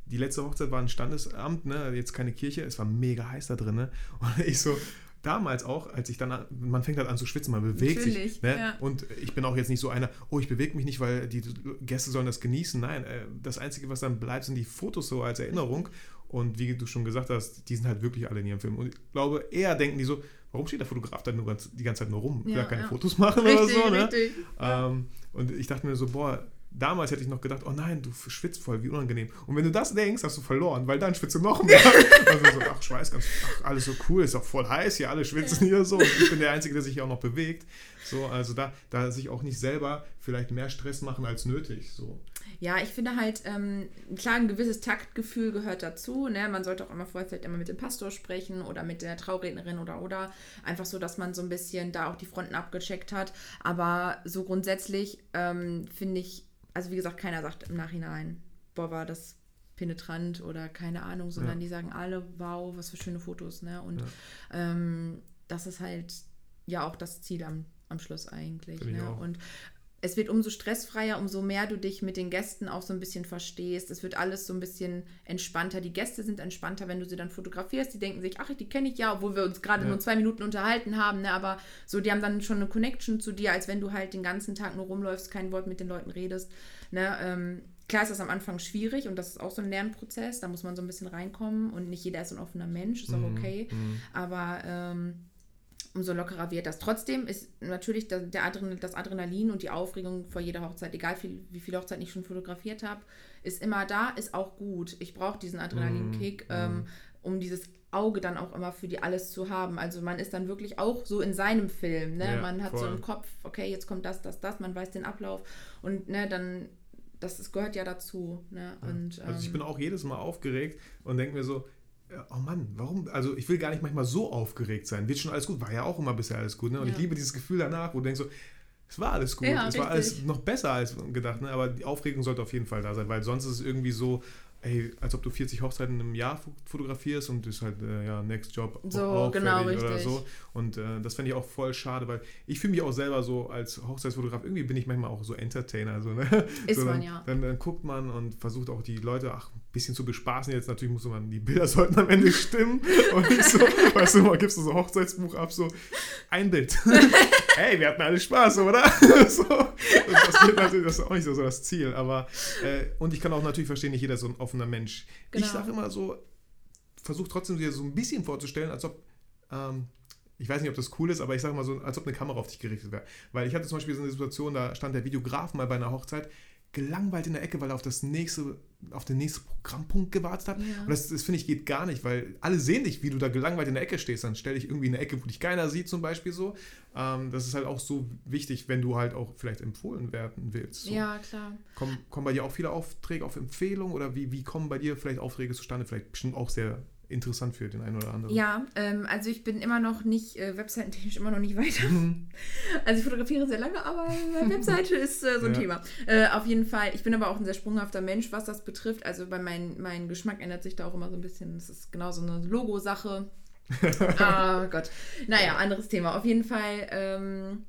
die letzte Hochzeit war ein Standesamt, ne? Jetzt keine Kirche, es war mega heiß da drin. Ne? Und ich so, damals auch, als ich dann, man fängt halt an zu schwitzen, man bewegt Natürlich, sich. Ne? ja. Und ich bin auch jetzt nicht so einer, oh, ich bewege mich nicht, weil die Gäste sollen das genießen. Nein, das Einzige, was dann bleibt, sind die Fotos so als Erinnerung. Und wie du schon gesagt hast, die sind halt wirklich alle in ihrem Film. Und ich glaube, eher denken die so, warum steht der Fotograf dann nur ganz, die ganze Zeit nur rum? Will Ja, er keine ja. Fotos machen Richtig, oder so, ne? richtig. Ähm, und ich dachte mir so, boah, damals hätte ich noch gedacht, oh nein, du schwitzt voll, wie unangenehm. Und wenn du das denkst, hast du verloren, weil dann schwitzt du noch mehr. Also so, ach, Schweiß, ganz, ach, alles so cool, ist doch voll heiß hier, alle schwitzen hier so. Und ich bin der Einzige, der sich hier auch noch bewegt. So, also da, da sich auch nicht selber vielleicht mehr Stress machen als nötig. So. Ja, ich finde halt, ähm, klar, ein gewisses Taktgefühl gehört dazu. Ne? Man sollte auch immer vorher vielleicht immer mit dem Pastor sprechen oder mit der Traurednerin oder oder. Einfach so, dass man so ein bisschen da auch die Fronten abgecheckt hat. Aber so grundsätzlich ähm, finde ich, also wie gesagt, keiner sagt im Nachhinein, boah, war das penetrant oder keine Ahnung, sondern Ja. die sagen alle, wow, was für schöne Fotos. Ne? Und Ja. ähm, das ist halt ja auch das Ziel am, am Schluss eigentlich. Finde ich Ne? auch. Und es wird umso stressfreier, umso mehr du dich mit den Gästen auch so ein bisschen verstehst. Es wird alles so ein bisschen entspannter. Die Gäste sind entspannter, wenn du sie dann fotografierst. Die denken sich, ach, die kenne ich ja, obwohl wir uns gerade Ja. nur zwei Minuten unterhalten haben. Ne? Aber so, die haben dann schon eine Connection zu dir, als wenn du halt den ganzen Tag nur rumläufst, kein Wort mit den Leuten redest. Ne? Ähm, klar ist das am Anfang schwierig und das ist auch so ein Lernprozess. Da muss man so ein bisschen reinkommen und nicht jeder ist ein offener Mensch, ist auch Mhm, okay. mhm. Aber ähm, umso lockerer wird das. Trotzdem ist natürlich der, der Adren, das Adrenalin und die Aufregung vor jeder Hochzeit, egal viel, wie viele Hochzeiten ich schon fotografiert habe, ist immer da, ist auch gut. Ich brauche diesen Adrenalinkick, Mm, ähm, mm. um dieses Auge dann auch immer für die alles zu haben. Also man ist dann wirklich auch so in seinem Film. Ne? Ja, man hat voll. so im Kopf, okay, jetzt kommt das, das, das, man weiß den Ablauf und ne, dann, das ist, gehört ja dazu. Ne? Und, Also ich ähm, bin auch jedes Mal aufgeregt und denke mir so, oh Mann, warum, also ich will gar nicht manchmal so aufgeregt sein. Wird schon alles gut, war ja auch immer bisher alles gut. Ne? Und Ja. ich liebe dieses Gefühl danach, wo du denkst so, es war alles gut, Ja, es war richtig. alles noch besser als gedacht. Ne? Aber die Aufregung sollte auf jeden Fall da sein, weil sonst ist es irgendwie so, ey, als ob du vierzig Hochzeiten im Jahr fo- fotografierst und das ist halt, äh, ja, Next Job So, auch genau, fertig oder richtig. so. Und äh, das fände ich auch voll schade, weil ich fühle mich auch selber so als Hochzeitsfotograf, irgendwie bin ich manchmal auch so Entertainer. So, ne? Ist so, man, dann, ja. Dann, dann guckt man und versucht auch die Leute ach, ein bisschen zu bespaßen. Jetzt natürlich muss man, die Bilder sollten am Ende stimmen und nicht so, weißt du, mal gibst du so ein Hochzeitsbuch ab, so ein Bild. Hey, wir hatten alle Spaß, oder? so. Das, geht natürlich, das ist auch nicht so, so das Ziel. Aber, äh, und ich kann auch natürlich verstehen, nicht jeder ist so ein offener Mensch. Genau. Ich sage immer so, versuche trotzdem dir so ein bisschen vorzustellen, als ob, ähm, ich weiß nicht, ob das cool ist, aber ich sage mal so, als ob eine Kamera auf dich gerichtet wäre. Weil ich hatte zum Beispiel so eine Situation, da stand der Videograf mal bei einer Hochzeit, gelangweilt in der Ecke, weil er auf das nächste, auf den nächsten Programmpunkt gewartet hat. Ja. Und das, das finde ich geht gar nicht, weil alle sehen dich, wie du da gelangweilt in der Ecke stehst. Dann stell dich irgendwie in eine Ecke, wo dich keiner sieht, zum Beispiel so. Ähm, das ist halt auch so wichtig, wenn du halt auch vielleicht empfohlen werden willst. So. Ja, klar. Kommen, kommen bei dir auch viele Aufträge auf Empfehlung oder wie, wie kommen bei dir vielleicht Aufträge zustande? Vielleicht bestimmt auch sehr interessant für den einen oder anderen. Ja, ähm, also ich bin immer noch nicht, äh, webseitentechnisch immer noch nicht weiter. Mhm. Also ich fotografiere sehr lange, aber meine Webseite ist äh, so ein Ja. Thema. Äh, auf jeden Fall, ich bin aber auch ein sehr sprunghafter Mensch, was das betrifft. Also bei mein, mein Geschmack ändert sich da auch immer so ein bisschen. Es ist genau so eine Logo-Sache. Ah Gott. Naja, anderes Thema. Auf jeden Fall, ähm,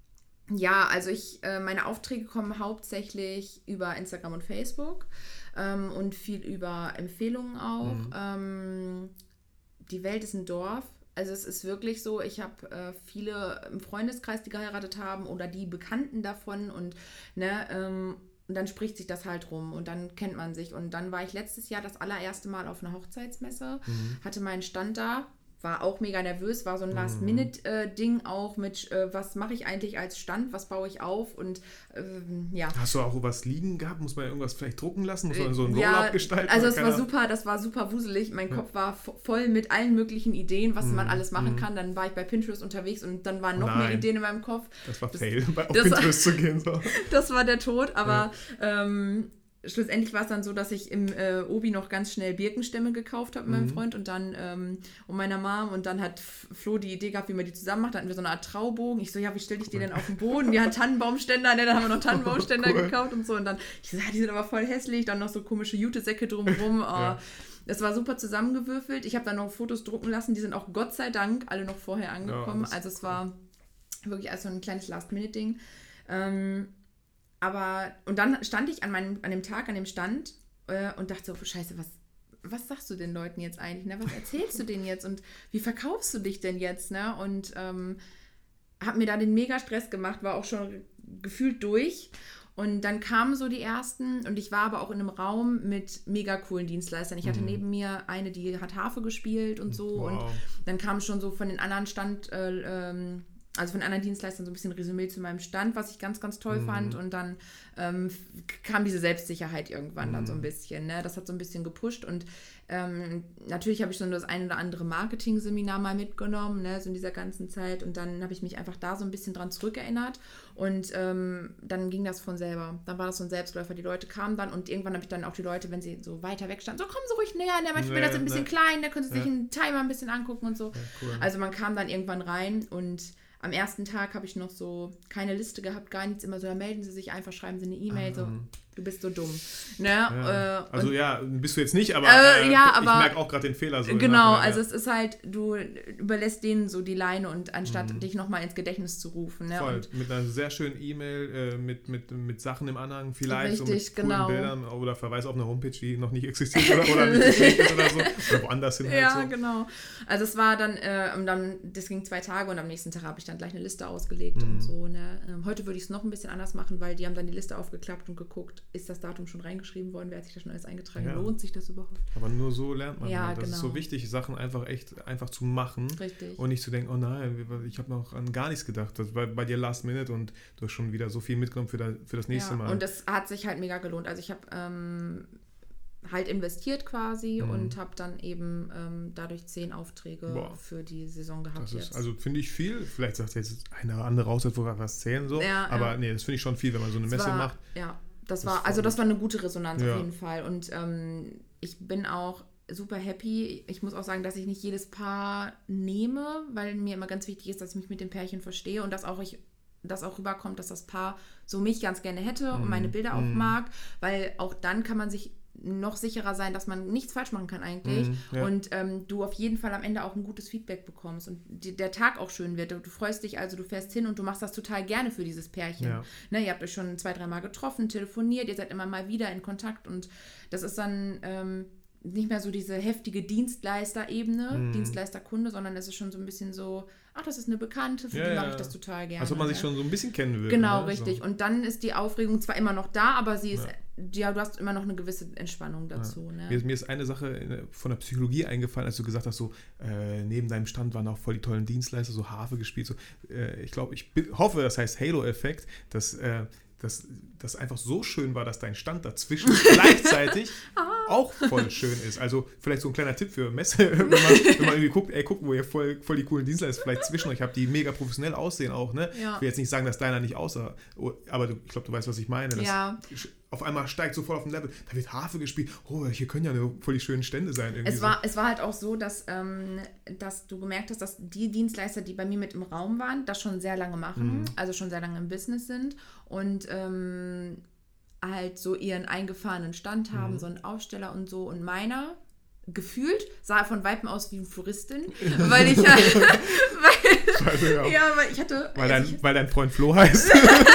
ja, also ich, äh, meine Aufträge kommen hauptsächlich über Instagram und Facebook ähm, und viel über Empfehlungen auch. Mhm. Ähm, die Welt ist ein Dorf. Also es ist wirklich so, ich habe äh, viele im Freundeskreis, die geheiratet haben oder die Bekannten davon und ne, ähm, und dann spricht sich das halt rum und dann kennt man sich. Und dann war ich letztes Jahr das allererste Mal auf einer Hochzeitsmesse, Mhm. hatte meinen Stand da, war auch mega nervös, war so ein Last-Minute-Ding auch mit, äh, was mache ich eigentlich als Stand, was baue ich auf und ähm, ja. Hast du auch was liegen gehabt? Muss man irgendwas vielleicht drucken lassen? Muss man so ein Ja, Roll-Up gestalten? also Oder es keine war Ahnung? super, das war super wuselig. Mein Ja. Kopf war vo- voll mit allen möglichen Ideen, was Mhm, man alles machen mhm. kann. Dann war ich bei Pinterest unterwegs und dann waren noch Nein. mehr Ideen in meinem Kopf. Das war das- Fail, bei auf das war- Pinterest zu gehen. So. Das war der Tod, aber ähm, schlussendlich war es dann so, dass ich im äh, Obi noch ganz schnell Birkenstämme gekauft habe mit meinem Mhm. Freund und dann ähm, und meiner Mom und dann hat F- Flo die Idee gehabt, wie man die zusammen macht. Da hatten wir so eine Art Traubogen. Ich so, ja, wie stelle ich die denn auf den Boden? Die hat Tannenbaumständer, ne? Dann haben wir noch Tannenbaumständer Cool. gekauft und so und dann, ich so, ja, die sind aber voll hässlich. Dann noch so komische Jutesäcke drumherum. Ja. Oh, das war super zusammengewürfelt. Ich habe dann noch Fotos drucken lassen, die sind auch Gott sei Dank alle noch vorher angekommen. das ist also es war wirklich also ein kleines Last-Minute-Ding. Ähm, aber, und dann stand ich an, meinem, an dem Tag, an dem Stand äh, und dachte so, scheiße, was, was sagst du den Leuten jetzt eigentlich? Ne? Was erzählst du denen jetzt und wie verkaufst du dich denn jetzt? Ne? Und ähm, habe mir da den mega Stress gemacht, war auch schon gefühlt durch. Und dann kamen so die ersten und ich war aber auch in einem Raum mit mega coolen Dienstleistern. Ich hatte mhm. neben mir eine, die hat Harfe gespielt und so. Wow. Und dann kam schon so von den anderen Stand, äh, ähm, also von anderen Dienstleistern so ein bisschen Resümee zu meinem Stand, was ich ganz, ganz toll mhm. fand. Und dann ähm, kam diese Selbstsicherheit irgendwann mhm. dann so ein bisschen. Ne? Das hat so ein bisschen gepusht. Und ähm, natürlich habe ich so das ein oder andere Marketing-Seminar mal mitgenommen, ne? So in dieser ganzen Zeit. Und dann habe ich mich einfach da so ein bisschen dran zurückerinnert. Und ähm, dann ging das von selber. Dann war das so ein Selbstläufer. Die Leute kamen dann und irgendwann habe ich dann auch die Leute, wenn sie so weiter weg standen, so kommen Sie ruhig näher, ne? Ich bin nee, das ein bisschen nee. klein, da können Sie sich ja. einen Timer ein bisschen angucken und so. Ja, cool. Also man kam dann irgendwann rein und am ersten Tag habe ich noch so keine Liste gehabt, gar nichts, immer so, da melden Sie sich einfach, schreiben Sie eine E-Mail, ah. so, du bist so dumm. Ne? Ja. Äh, also ja, bist du jetzt nicht, aber, äh, äh, ja, ich aber merke auch gerade den Fehler. So genau, nachher, also ja. es ist halt, du überlässt denen so die Leine und anstatt mhm. dich nochmal ins Gedächtnis zu rufen. Ne? Voll, Und mit einer sehr schönen E-Mail, äh, mit, mit, mit Sachen im Anhang, vielleicht richtig, so mit coolen genau. Bildern oder Verweis auf eine Homepage, die noch nicht existiert oder, oder nicht gepflegt ist oder so, oder woanders hin halt ja, so. genau. Also es war dann, äh, und dann, das ging zwei Tage und am nächsten Tag habe ich dann gleich eine Liste ausgelegt mhm. und so. Ne? Ähm, heute würde ich es noch ein bisschen anders machen, weil die haben dann die Liste aufgeklappt und geguckt, ist das Datum schon reingeschrieben worden, wer hat sich da schon alles eingetragen, Ja. lohnt sich das überhaupt? Aber nur so lernt man. Ja, halt. Das genau. ist so wichtig, Sachen einfach echt einfach zu machen. Richtig. Und nicht zu denken, oh nein, ich habe noch an gar nichts gedacht. Das war bei dir Last Minute und du hast schon wieder so viel mitgenommen für, da, für das nächste ja, Mal. Und das hat sich halt mega gelohnt. Also ich habe ähm, halt investiert quasi mhm. und habe dann eben ähm, dadurch zehn Aufträge Boah. für die Saison gehabt. Das ist, jetzt. also finde ich viel. Vielleicht sagt jetzt eine andere raus, wo wir was zählen so. Ja, aber ja. nee, das finde ich schon viel, wenn man so eine das Messe war, macht. Ja, das, das war, also gut. das war eine gute Resonanz ja. auf jeden Fall. Und ähm, ich bin auch super happy. Ich muss auch sagen, dass ich nicht jedes Paar nehme, weil mir immer ganz wichtig ist, dass ich mich mit dem Pärchen verstehe und dass auch ich dass auch rüberkommt, dass das Paar so mich ganz gerne hätte und meine Bilder auch mm. mag, weil auch dann kann man sich noch sicherer sein, dass man nichts falsch machen kann eigentlich mm, ja. und ähm, du auf jeden Fall am Ende auch ein gutes Feedback bekommst und die, der Tag auch schön wird. Du, du freust dich, also du fährst hin und du machst das total gerne für dieses Pärchen. Ja. Ne, ihr habt euch schon zwei, dreimal getroffen, telefoniert, ihr seid immer mal wieder in Kontakt und das ist dann ähm, nicht mehr so diese heftige Dienstleister-Ebene, mm. Dienstleister-Kunde, sondern es ist schon so ein bisschen so, ach, das ist eine Bekannte, für ja, die ja. mache ich das total gerne. Also man sich ne? schon so ein bisschen kennen will. Genau, ne? richtig. So. Und dann ist die Aufregung zwar immer noch da, aber sie ist, Ja. ja, du hast immer noch eine gewisse Entspannung dazu. Ja. Ne? Mir, ist, mir ist eine Sache von der Psychologie eingefallen, als du gesagt hast, so äh, neben deinem Stand waren auch voll die tollen Dienstleister, so Harfe gespielt. So, äh, ich glaube, ich b- hoffe, das heißt Halo-Effekt, dass äh, dass das einfach so schön war, dass dein Stand dazwischen gleichzeitig auch voll schön ist. Also vielleicht so ein kleiner Tipp für Messe, wenn man, wenn man irgendwie guckt, ey, guck, wo ihr voll, voll die coolen Dienstleister vielleicht zwischen euch habt, die mega professionell aussehen auch, ne? Ja. Ich will jetzt nicht sagen, dass deiner nicht aussah, aber du, ich glaube, du weißt, was ich meine. Das Ja. Auf einmal steigt so voll auf ein Level, da wird Harfe gespielt, oh, hier können ja eine, voll die schönen Stände sein. Irgendwie Es war, so. es war halt auch so, dass, ähm, dass du gemerkt hast, dass die Dienstleister, die bei mir mit im Raum waren, das schon sehr lange machen, Mhm. also schon sehr lange im Business sind und ähm, halt so ihren eingefahrenen Stand haben, Mhm. so einen Aufsteller und so. Und meiner, gefühlt, sah von Weitem aus wie eine Floristin, weil ich weil, Also, ja. ja, weil ich hatte... Weil, also dein, ich, weil dein Freund Flo heißt.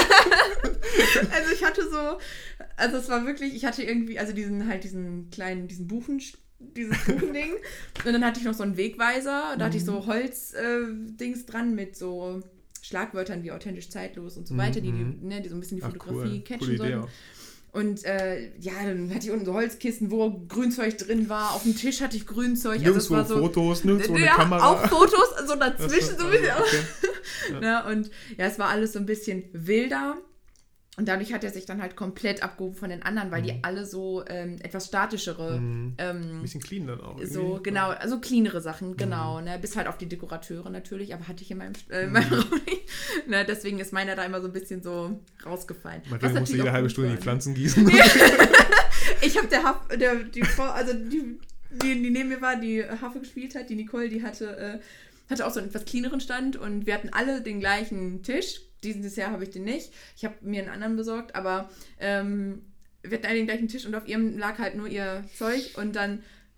Also ich hatte so, also es war wirklich, ich hatte irgendwie, also diesen halt diesen kleinen, diesen Buchen, dieses Buchending und dann hatte ich noch so einen Wegweiser, da hatte ich so Holz-Dings äh, dran mit so Schlagwörtern wie authentisch, zeitlos und so weiter, die, die, ne, die so ein bisschen die Ach, Fotografie cool. catchen Coole Idee sollen. auch. Und äh, ja, dann hatte ich unten so Holzkisten, wo Grünzeug drin war. Auf dem Tisch hatte ich Grünzeug. Nirgendwo also es war so, Fotos, nirgendwo eine ja, Kamera. auch Fotos, so dazwischen. So ein bisschen. Okay. Ja. Ne, und ja, es war alles so ein bisschen wilder. Und dadurch hat er sich dann halt komplett abgehoben von den anderen, weil Mhm. die alle so ähm, etwas statischere, Mhm. ähm, Ein bisschen clean dann auch. so irgendwie. genau, also cleanere Sachen, genau, ne, bis halt auf die Dekorateure natürlich, aber hatte ich in meinem, äh, in Mhm. meinem Raum nicht. Ne, deswegen ist meiner da immer so ein bisschen so rausgefallen. Marina musste jede auch halbe gut Stunde war, die ne? Pflanzen gießen. Ich habe der, Haf, der die Frau, also die, die, die neben mir war, die Harfe gespielt hat, die Nicole, die hatte, äh, hatte auch so einen etwas cleaneren Stand und wir hatten alle den gleichen Tisch. Dieses Jahr habe ich den nicht. Ich habe mir einen anderen besorgt, aber ähm, wir hatten alle den gleichen Tisch und auf ihrem lag halt nur ihr Zeug und dann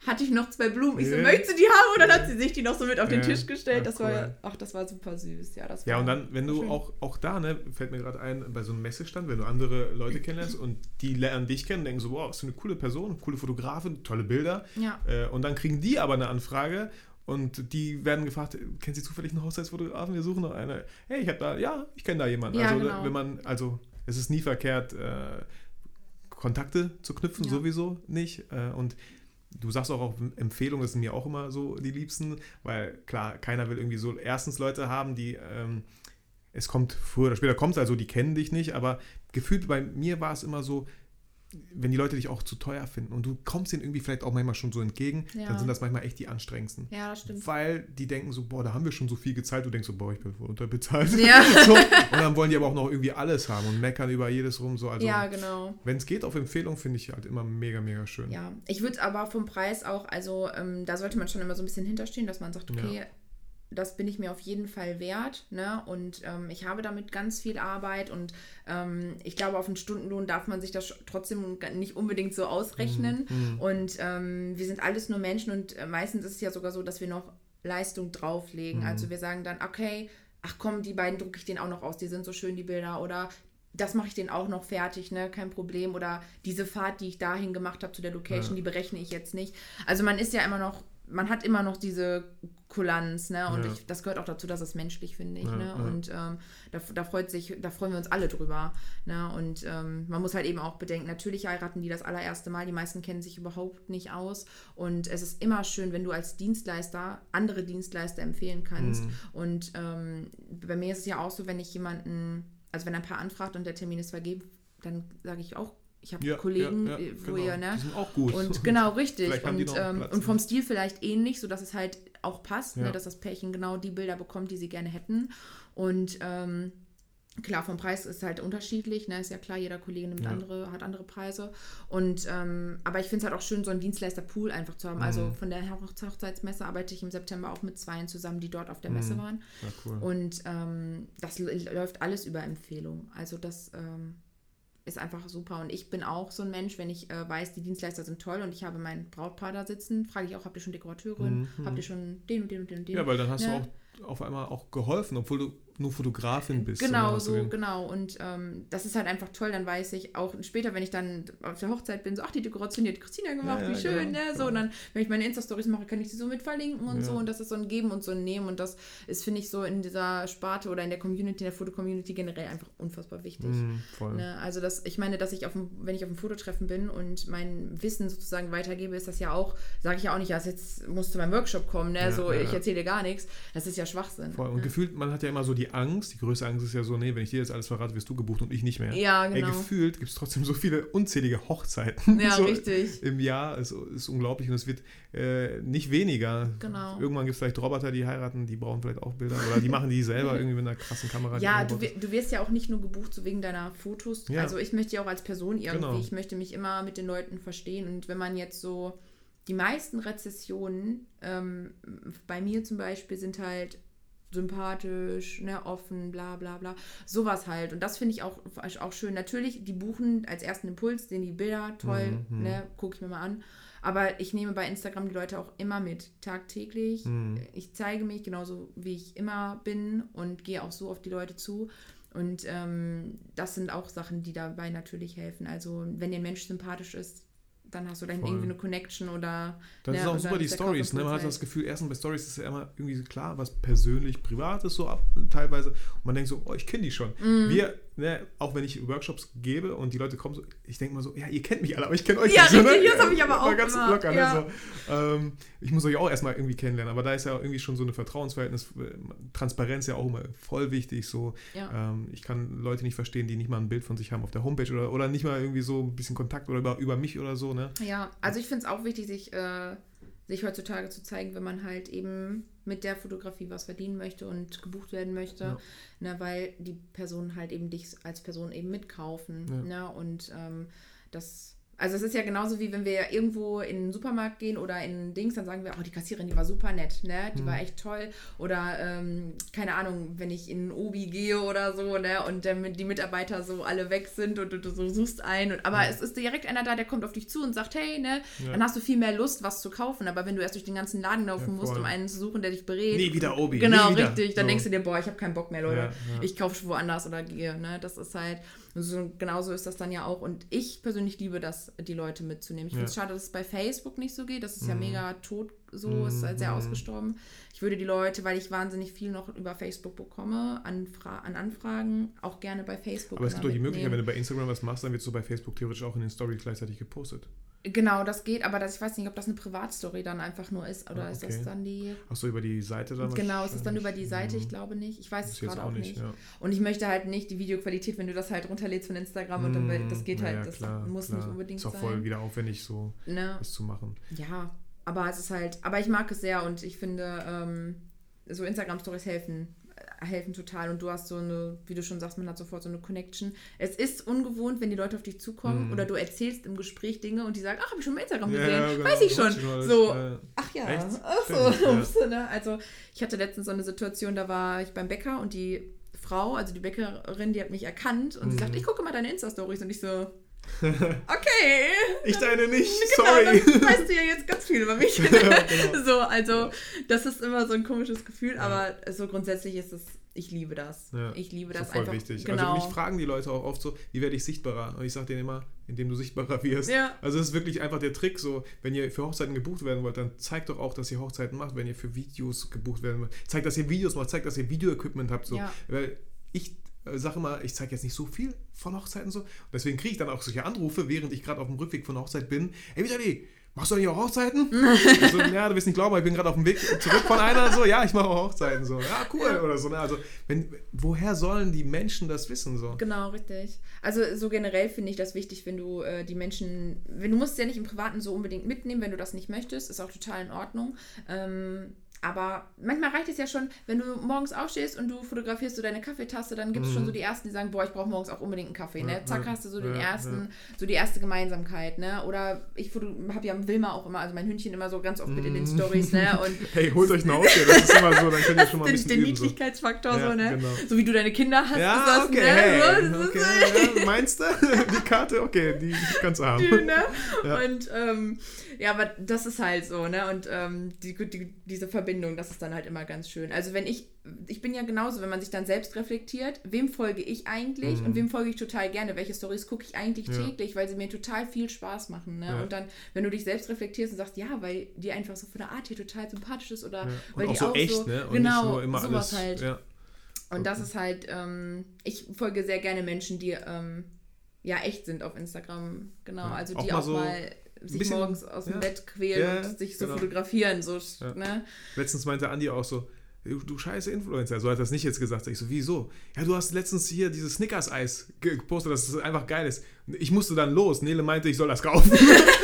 hatte ich noch zwei Blumen. Ich so, Ja. möchtest du die haben? Und dann hat sie sich die noch so mit auf den Ja. Tisch gestellt. Ja, Das cool. war, ach, das war super süß. Ja, das war Ja, und dann, wenn du schön. auch, auch da, ne, fällt mir gerade ein, bei so einem Messestand, wenn du andere Leute kennenlernst und die lernen dich kennen, denken so, wow, was für eine coole Person, coole Fotografin, tolle Bilder. Ja. Äh, und dann kriegen die aber eine Anfrage und die werden gefragt, kennen Sie zufällig einen Hochzeitsfotografen? Wir suchen noch eine. Hey, ich habe da, ja, ich kenne da jemanden. Ja, also, genau. wenn man, also, es ist nie verkehrt, äh, Kontakte zu knüpfen, Ja. sowieso nicht. Äh, und du sagst auch, auch Empfehlungen, das sind mir auch immer so die liebsten, weil klar, keiner will irgendwie so erstens Leute haben, die, ähm, es kommt früher oder später kommt es, also die kennen dich nicht, aber gefühlt bei mir war es immer so, wenn die Leute dich auch zu teuer finden und du kommst denen irgendwie vielleicht auch manchmal schon so entgegen, Ja. dann sind das manchmal echt die anstrengendsten. Ja, das stimmt. Weil die denken so, boah, da haben wir schon so viel gezahlt. Du denkst so, boah, ich bin voll unterbezahlt. Ja. So. Und dann wollen die aber auch noch irgendwie alles haben und meckern über jedes rum. So. Also, Ja, genau. wenn es geht, auf Empfehlung finde ich halt immer mega, mega schön. Ja, ich würde aber vom Preis auch, also ähm, da sollte man schon immer so ein bisschen hinterstehen, dass man sagt, okay, Ja. das bin ich mir auf jeden Fall wert, ne? Und ähm, ich habe damit ganz viel Arbeit und ähm, ich glaube, auf einen Stundenlohn darf man sich das sch- trotzdem nicht unbedingt so ausrechnen. Mhm. Und ähm, wir sind alles nur Menschen und äh, meistens ist es ja sogar so, dass wir noch Leistung drauflegen. Mhm. Also wir sagen dann, okay, ach komm, die beiden drucke ich den auch noch aus, die sind so schön, die Bilder, oder das mache ich den auch noch fertig, ne, kein Problem. Oder diese Fahrt, die ich dahin gemacht habe zu der Location, Ja. die berechne ich jetzt nicht. Also man ist ja immer noch, man hat immer noch diese Kulanz, ne, und Ja. ich, das gehört auch dazu, dass es menschlich, finde ich, Ja, ne, ja. und ähm, da, da freut sich, da freuen wir uns alle drüber, ne, und ähm, man muss halt eben auch bedenken, natürlich heiraten die das allererste Mal, die meisten kennen sich überhaupt nicht aus und es ist immer schön, wenn du als Dienstleister andere Dienstleister empfehlen kannst Mhm. und ähm, bei mir ist es ja auch so, wenn ich jemanden, also wenn ein Paar anfragt und der Termin ist vergeben, dann sage ich auch, ich habe Ja, Kollegen, ja, ja, wo genau. ihr, ne? Die sind auch gut. Und genau, richtig. Vielleicht haben die Und, noch ähm, Platz, und vom ne? Stil vielleicht ähnlich, sodass es halt auch passt, Ja. ne? Dass das Pärchen genau die Bilder bekommt, die sie gerne hätten. Und ähm, klar, vom Preis ist halt unterschiedlich, ne? Ist ja klar, jeder Kollege nimmt Ja. andere, hat andere Preise. Und ähm, aber ich finde es halt auch schön, so einen Dienstleister-Pool einfach zu haben. Also Mhm. von der Hoch- Hochzeitsmesse arbeite ich im September auch mit zweien zusammen, die dort auf der Messe Mhm. waren. Ja, cool. Und ähm, das l- läuft alles über Empfehlung. Also das ähm, ist einfach super. Und ich bin auch so ein Mensch, wenn ich äh, weiß, die Dienstleister sind toll und ich habe mein Brautpaar da sitzen, frage ich auch, habt ihr schon Dekorateurin? Mhm. Habt ihr schon den und den und den und den? Ja, weil dann hast Ja. du auch auf einmal auch geholfen, obwohl du nur Fotografin bist. Genau, sondern hast du so, den- genau. Und ähm, das ist halt einfach toll. Dann weiß ich auch später, wenn ich dann auf der Hochzeit bin, so, ach, die Dekoration, die hat Christina gemacht, Ja, ja, wie schön, genau, ne? So, genau. und dann, wenn ich meine Insta-Stories mache, kann ich sie so mit verlinken und Ja. so. Und das ist so ein Geben und so ein Nehmen. Und das ist, finde ich, so in dieser Sparte oder in der Community, in der Foto-Community generell einfach unfassbar wichtig. Mhm, voll. Ne? Also das, ich meine, dass ich auf dem, wenn ich auf dem Fototreffen bin und mein Wissen sozusagen weitergebe, ist das ja auch, sage ich ja auch nicht, also jetzt musst du beim Workshop kommen, ne? Ja, so, ja, ich ja. erzähle dir gar nichts. Das ist ja Schwachsinn. Voll. Und ne? gefühlt, man hat ja immer so die Angst, die größte Angst ist ja so, nee, wenn ich dir jetzt alles verrate, wirst du gebucht und ich nicht mehr. Ja, Ey, genau. gefühlt gibt es trotzdem so viele unzählige Hochzeiten Ja, so richtig. im Jahr. Es ist unglaublich und es wird äh, nicht weniger. Genau. Irgendwann gibt es vielleicht Roboter, die heiraten, die brauchen vielleicht auch Bilder oder die machen die selber irgendwie mit einer krassen Kamera. die Ja, du, eingebaut ist. wi- du wirst ja auch nicht nur gebucht so wegen deiner Fotos. Ja. Also ich möchte ja auch als Person irgendwie, Genau. ich möchte mich immer mit den Leuten verstehen. Und wenn man jetzt so, die meisten Rezessionen, ähm, bei mir zum Beispiel, sind halt sympathisch, ne, offen, bla bla bla. Sowas halt. Und das finde ich auch, auch schön. Natürlich, die buchen als ersten Impuls, sehen die Bilder, toll, Mhm, ne, gucke ich mir mal an. Aber ich nehme bei Instagram die Leute auch immer mit, tagtäglich. Mhm. Ich zeige mich genauso, wie ich immer bin und gehe auch so auf die Leute zu. Und ähm, das sind auch Sachen, die dabei natürlich helfen. Also wenn dir ein Mensch sympathisch ist, dann hast du dann Voll. irgendwie eine Connection oder... Das ne, ist auch und super dann die ist der Kauf Stories. Ne? Man hat Impulsreich. das Gefühl, erstens bei Stories ist ja immer irgendwie so klar, was persönlich, privates so ab, teilweise. Und man denkt so, oh, ich kenne die schon. Mhm. Wir, ne, auch wenn ich Workshops gebe und die Leute kommen so, ich denke mal so, ja, ihr kennt mich alle, aber ich kenne euch Ja, nicht. so, richtig, ne? das hab ich aber Mal auch ganz immer, locker. ja. Ne? So, ähm, ich muss euch auch erstmal irgendwie kennenlernen, aber da ist ja irgendwie schon so eine Vertrauensverhältnis, äh, Transparenz ja auch immer voll wichtig. So, Ja. ähm, ich kann Leute nicht verstehen, die nicht mal ein Bild von sich haben auf der Homepage oder, oder nicht mal irgendwie so ein bisschen Kontakt oder über, über mich oder so. Ne? Ja, also ich finde es auch wichtig, sich, äh, sich heutzutage zu zeigen, wenn man halt eben mit der Fotografie was verdienen möchte und gebucht werden möchte, Ja. ne, weil die Personen halt eben dich als Person eben mitkaufen. Ja. Ne, und ähm, das, Also es ist ja genauso wie wenn wir irgendwo in den Supermarkt gehen oder in Dings, dann sagen wir, oh, die Kassiererin, die war super nett, ne? Die hm. war echt toll. Oder, ähm, keine Ahnung, wenn ich in Obi gehe oder so, ne? Und ähm, die Mitarbeiter so alle weg sind und du, du so suchst ein. Und, aber ja. es ist direkt einer da, der kommt auf dich zu und sagt, hey, ne? Ja. Dann hast du viel mehr Lust, was zu kaufen. Aber wenn du erst durch den ganzen Laden laufen ja, musst, um einen zu suchen, der dich berät. Nie wieder Obi. Genau, nie wieder. richtig. Dann so. denkst du dir, boah, ich habe keinen Bock mehr, Leute. Ja, ja. Ich kaufe woanders oder gehe, ne? Das ist halt... So, genauso ist das dann ja auch. Und ich persönlich liebe das, die Leute mitzunehmen. Ich finde es ja. schade, dass es bei Facebook nicht so geht. Das ist mm. ja mega tot, so mm. ist halt sehr mm. ausgestorben. Ich würde die Leute, weil ich wahnsinnig viel noch über Facebook bekomme, an, Fra- an Anfragen, auch gerne bei Facebook. Aber es gibt doch die Möglichkeit, wenn du bei Instagram was machst, dann wird so bei Facebook theoretisch auch in den Stories gleichzeitig gepostet. Genau, das geht, aber das, ich weiß nicht, ob das eine Privatstory dann einfach nur ist oder ah, okay. ist das dann die... Ach so, über die Seite dann? Genau, ist es dann über die Seite? Ich glaube nicht. Ich weiß es gerade auch nicht. nicht. Ja. Und ich möchte halt nicht die Videoqualität, wenn du das halt runterlädst von Instagram und dann, das geht halt, ja, das klar, muss klar. nicht unbedingt sein. Ist auch voll sein. Wieder aufwendig, so ne? das zu machen. Ja, aber es ist halt, aber ich mag es sehr und ich finde, ähm, so Instagram-Stories helfen. helfen total und du hast so eine, wie du schon sagst, man hat sofort so eine Connection. Es ist ungewohnt, wenn die Leute auf dich zukommen mm. oder du erzählst im Gespräch Dinge und die sagen, ach, habe ich schon bei Instagram gesehen, ja, ja, genau. weiß ich schon. Ich so, äh, ach ja, echt? ach so. Ja. Ne? Also ich hatte letztens so eine Situation, da war ich beim Bäcker und die Frau, also die Bäckerin, die hat mich erkannt und mm. sie sagt, ich gucke mal deine Insta-Stories und ich so, okay. Ich deine nicht, genau, sorry. Dann weißt du ja jetzt ganz viel über mich. Ja, genau. So, also das ist immer so ein komisches Gefühl, ja. aber so grundsätzlich ist es, ich liebe das. Ja, ich liebe das, das voll einfach. Wichtig. Genau. Also mich fragen die Leute auch oft so, wie werde ich sichtbarer? Und ich sage denen immer, indem du sichtbarer wirst. Ja. Also das ist wirklich einfach der Trick, so, wenn ihr für Hochzeiten gebucht werden wollt, dann zeigt doch auch, dass ihr Hochzeiten macht, wenn ihr für Videos gebucht werden wollt. Zeigt, dass ihr Videos macht, zeigt, dass ihr Video-Equipment habt. So. Ja. Weil ich sage immer, ich zeige jetzt nicht so viel von Hochzeiten so. Und deswegen kriege ich dann auch solche Anrufe, während ich gerade auf dem Rückweg von der Hochzeit bin. Hey Vitali, machst du eigentlich auch Hochzeiten? so, ja, du wirst nicht glauben, ich bin gerade auf dem Weg zurück von einer. So, ja, ich mache auch Hochzeiten. So, ja, cool. Ja. Oder so. Ne? Also, wenn, woher sollen die Menschen das wissen? So? Genau, richtig. Also so generell finde ich das wichtig, wenn du äh, die Menschen, wenn du musst es ja nicht im Privaten so unbedingt mitnehmen, wenn du das nicht möchtest, ist auch total in Ordnung. Ähm, Aber manchmal reicht es ja schon, wenn du morgens aufstehst und du fotografierst so deine Kaffeetasse, dann gibt es mm. schon so die Ersten, die sagen, boah, ich brauche morgens auch unbedingt einen Kaffee, ne? Ja, Zack, hast du so den ja, ersten, ja. so die erste Gemeinsamkeit, ne? Oder ich habe ja Wilma auch immer, also mein Hündchen immer so ganz oft mit in den Storys, ne? Und hey, holt euch ein Haustier, das ist immer so, dann könnt ihr schon mal ein bisschen den, den üben, Niedlichkeitsfaktor, so. so, ne? Ja, genau. So wie du deine Kinder hast. Ja, das, okay, ne? hey, so, okay ja, meinst du? Die Karte, okay, die kannst du haben. Die, ne? Ja. Und, ähm, ja, aber das ist halt so, ne? Und ähm, die, die, diese Verbindung, das ist dann halt immer ganz schön. Also wenn ich, ich bin ja genauso, wenn man sich dann selbst reflektiert, wem folge ich eigentlich mhm. und wem folge ich total gerne, welche Storys gucke ich eigentlich ja. täglich, weil sie mir total viel Spaß machen. Ne? Ja. Und dann, wenn du dich selbst reflektierst und sagst, ja, weil die einfach so von der Art hier total sympathisch ist oder ja. weil auch die so auch echt, so, ne? Und genau, nicht nur immer sowas alles, halt. Ja. Und das ist halt, ähm, ich folge sehr gerne Menschen, die ähm, ja echt sind auf Instagram, genau, ja. also die auch, auch mal, so mal sich bisschen, morgens aus dem ja. Bett quälen ja, und sich so genau. fotografieren. So, ja. ne? Letztens meinte Andi auch so, du, du scheiße Influencer. So hat er das nicht jetzt gesagt. Ich so, wieso? Ja, du hast letztens hier dieses Snickers-Eis gepostet, dass es einfach geil ist. Ich musste dann los. Nele meinte, ich soll das kaufen.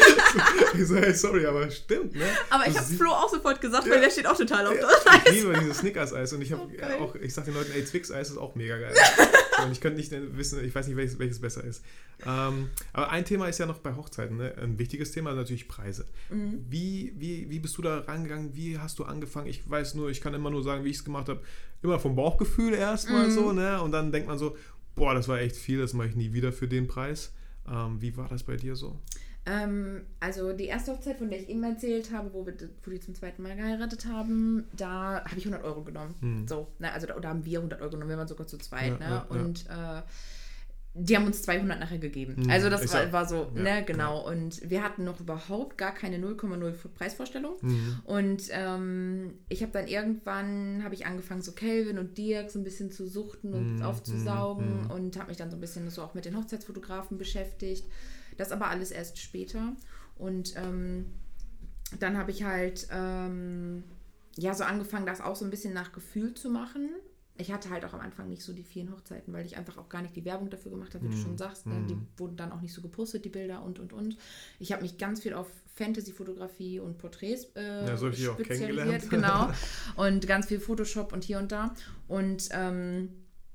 Ich so, hey, sorry, aber stimmt, ne? Aber ich habe Flo auch sofort gesagt, ja. weil der steht auch total auf ja. das Ich liebe dieses Snickers-Eis und ich habe okay. auch, ich sag den Leuten, ey, Twix-Eis ist auch mega geil. Und ich könnte nicht wissen, ich weiß nicht, welches, welches besser ist. Ähm, aber ein Thema ist ja noch bei Hochzeiten, ne? Ein wichtiges Thema ist natürlich Preise. Mhm. Wie, wie, wie bist du da rangegangen? Wie hast du angefangen? Ich weiß nur, ich kann immer nur sagen, wie ich es gemacht habe. Immer vom Bauchgefühl erstmal mhm. so, ne? Und dann denkt man so, boah, das war echt viel, das mache ich nie wieder für den Preis. Ähm, wie war das bei dir so? Ähm, also die erste Hochzeit, von der ich eben erzählt habe, wo wir wo die zum zweiten Mal geheiratet haben, da habe ich hundert Euro genommen. Hm. So, ne, also da, da haben wir hundert Euro genommen, wir waren sogar zu zweit. Ja, ne? Ja, und ja. Äh, die haben uns zweihundert nachher gegeben. Hm. Also das war, war so, ja, ne, genau. Ja. Und wir hatten noch überhaupt gar keine null Komma null Preisvorstellung. Mhm. Und ähm, ich habe dann irgendwann, habe ich angefangen, so Kelvin und Dirk so ein bisschen zu suchten und mhm. aufzusaugen mhm. und habe mich dann so ein bisschen so auch mit den Hochzeitsfotografen beschäftigt. Das aber alles erst später. Und ähm, dann habe ich halt ähm, ja so angefangen, das auch so ein bisschen nach Gefühl zu machen. Ich hatte halt auch am Anfang nicht so die vielen Hochzeiten, weil ich einfach auch gar nicht die Werbung dafür gemacht habe, wie mm. du schon sagst. Ne? Die wurden dann auch nicht so gepostet, die Bilder und, und, und. Ich habe mich ganz viel auf Fantasy-Fotografie und Porträts äh, ja, so viel auch kennengelernt. Genau. Und ganz viel Photoshop und hier und da. Und ähm,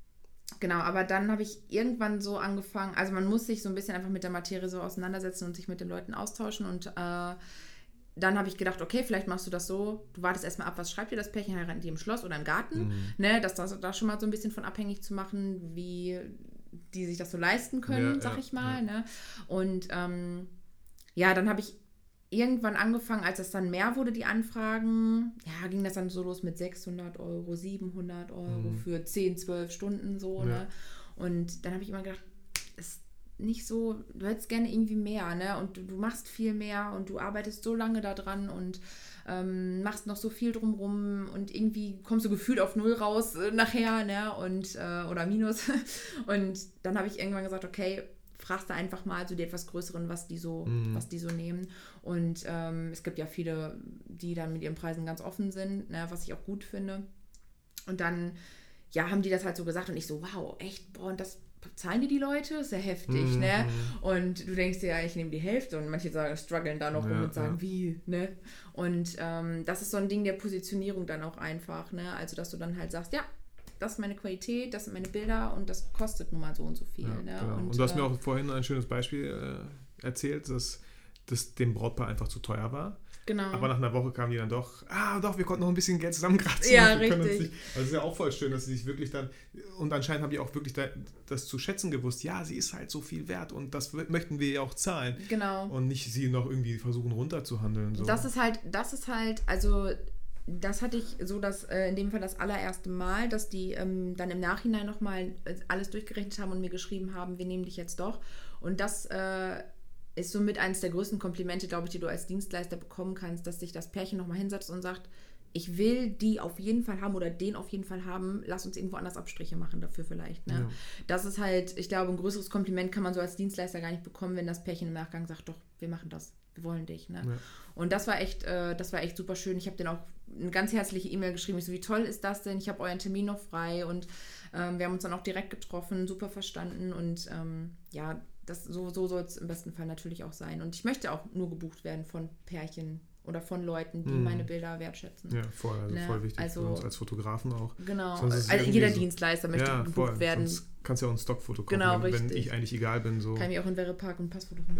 Genau, aber dann habe ich irgendwann so angefangen, also man muss sich so ein bisschen einfach mit der Materie so auseinandersetzen und sich mit den Leuten austauschen und äh, dann habe ich gedacht, okay, vielleicht machst du das so, du wartest erstmal ab, was schreibt dir das Pärchen, heiraten die im Schloss oder im Garten, mhm. ne, das da das schon mal so ein bisschen von abhängig zu machen, wie die sich das so leisten können, ja, sag ja, ich mal, ja. ne, und ähm, ja, dann habe ich irgendwann angefangen, als es dann mehr wurde, die Anfragen, ja, ging das dann so los mit sechshundert Euro, siebenhundert Euro mhm. für zehn, zwölf Stunden so, ja. ne? Und dann habe ich immer gedacht, ist nicht so, du hättest gerne irgendwie mehr, ne? Und du, du machst viel mehr und du arbeitest so lange da dran und ähm, machst noch so viel drumrum und irgendwie kommst du gefühlt auf Null raus äh, nachher, ne? Und, äh, oder Minus. Und dann habe ich irgendwann gesagt, okay, fragst du einfach mal so die etwas größeren, was die so, mhm. was die so nehmen. Und ähm, es gibt ja viele, die dann mit ihren Preisen ganz offen sind, ne, was ich auch gut finde. Und dann, ja, haben die das halt so gesagt und ich so, wow, echt, boah, und das zahlen die die Leute? Ist ja heftig, mhm. ne? Und du denkst dir, ja, ich nehme die Hälfte und manche sagen, strugglen da noch ja, rum und sagen, ja. wie, ne? Und ähm, das ist so ein Ding der Positionierung dann auch einfach, ne? Also, dass du dann halt sagst, ja, das ist meine Qualität, das sind meine Bilder und das kostet nun mal so und so viel. Ja, ne? genau. und, und du hast äh, mir auch vorhin ein schönes Beispiel äh, erzählt, dass das dem Brautpaar einfach zu teuer war. Genau. Aber nach einer Woche kamen die dann doch, ah doch, wir konnten noch ein bisschen Geld zusammenkratzen. Ja, wir können richtig. Uns nicht, also es ist ja auch voll schön, dass sie sich wirklich dann, und anscheinend haben die auch wirklich da, das zu schätzen gewusst, ja, sie ist halt so viel wert und das möchten wir ja auch zahlen. Genau. Und nicht sie noch irgendwie versuchen runterzuhandeln. So. Das ist halt, das ist halt, also das hatte ich so, dass äh, in dem Fall das allererste Mal, dass die ähm, dann im Nachhinein nochmal alles durchgerechnet haben und mir geschrieben haben, wir nehmen dich jetzt doch. Und das äh, ist somit eines der größten Komplimente, glaube ich, die du als Dienstleister bekommen kannst, dass sich das Pärchen nochmal hinsetzt und sagt, ich will die auf jeden Fall haben oder den auf jeden Fall haben, lass uns irgendwo anders Abstriche machen dafür vielleicht. Ne? Ja. Das ist halt, ich glaube, ein größeres Kompliment kann man so als Dienstleister gar nicht bekommen, wenn das Pärchen im Nachgang sagt, doch, wir machen das, wir wollen dich. Ne? Ja. Und das war echt, äh, das war echt super schön. Ich habe denen auch eine ganz herzliche E-Mail geschrieben. Ich so, wie toll ist das denn? Ich habe euren Termin noch frei und ähm, wir haben uns dann auch direkt getroffen, super verstanden und ähm, ja, das, so, so soll es im besten Fall natürlich auch sein. Und ich möchte auch nur gebucht werden von Pärchen oder von Leuten, die mm. meine Bilder wertschätzen. Ja, voll, also ne? voll wichtig also, für uns als Fotografen auch. Genau, also jeder so, Dienstleister möchte ja, gebucht voll. werden. Sonst kannst du ja auch ein Stockfoto kaufen, genau, wenn, wenn ich eigentlich egal bin. So. Kann ich auch in Verrepark und Passfoto machen.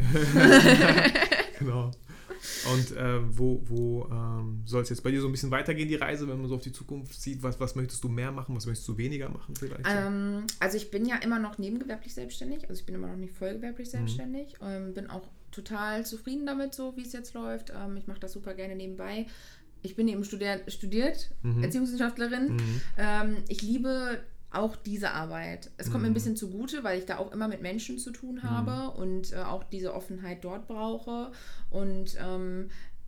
Genau. Und äh, wo, wo ähm, soll es jetzt bei dir so ein bisschen weitergehen, die Reise, wenn man so auf die Zukunft sieht? Was, was möchtest du mehr machen? Was möchtest du weniger machen vielleicht? Ähm, also ich bin ja immer noch nebengewerblich selbstständig. Also ich bin immer noch nicht vollgewerblich selbstständig. Mhm. Ähm, bin auch total zufrieden damit, so wie es jetzt läuft. Ähm, ich mache das super gerne nebenbei. Ich bin eben studiert, studiert mhm. Erziehungswissenschaftlerin. Mhm. Ähm, ich liebe auch diese Arbeit. Es kommt mhm. mir ein bisschen zugute, weil ich da auch immer mit Menschen zu tun habe mhm. und äh, auch diese Offenheit dort brauche. Und ähm,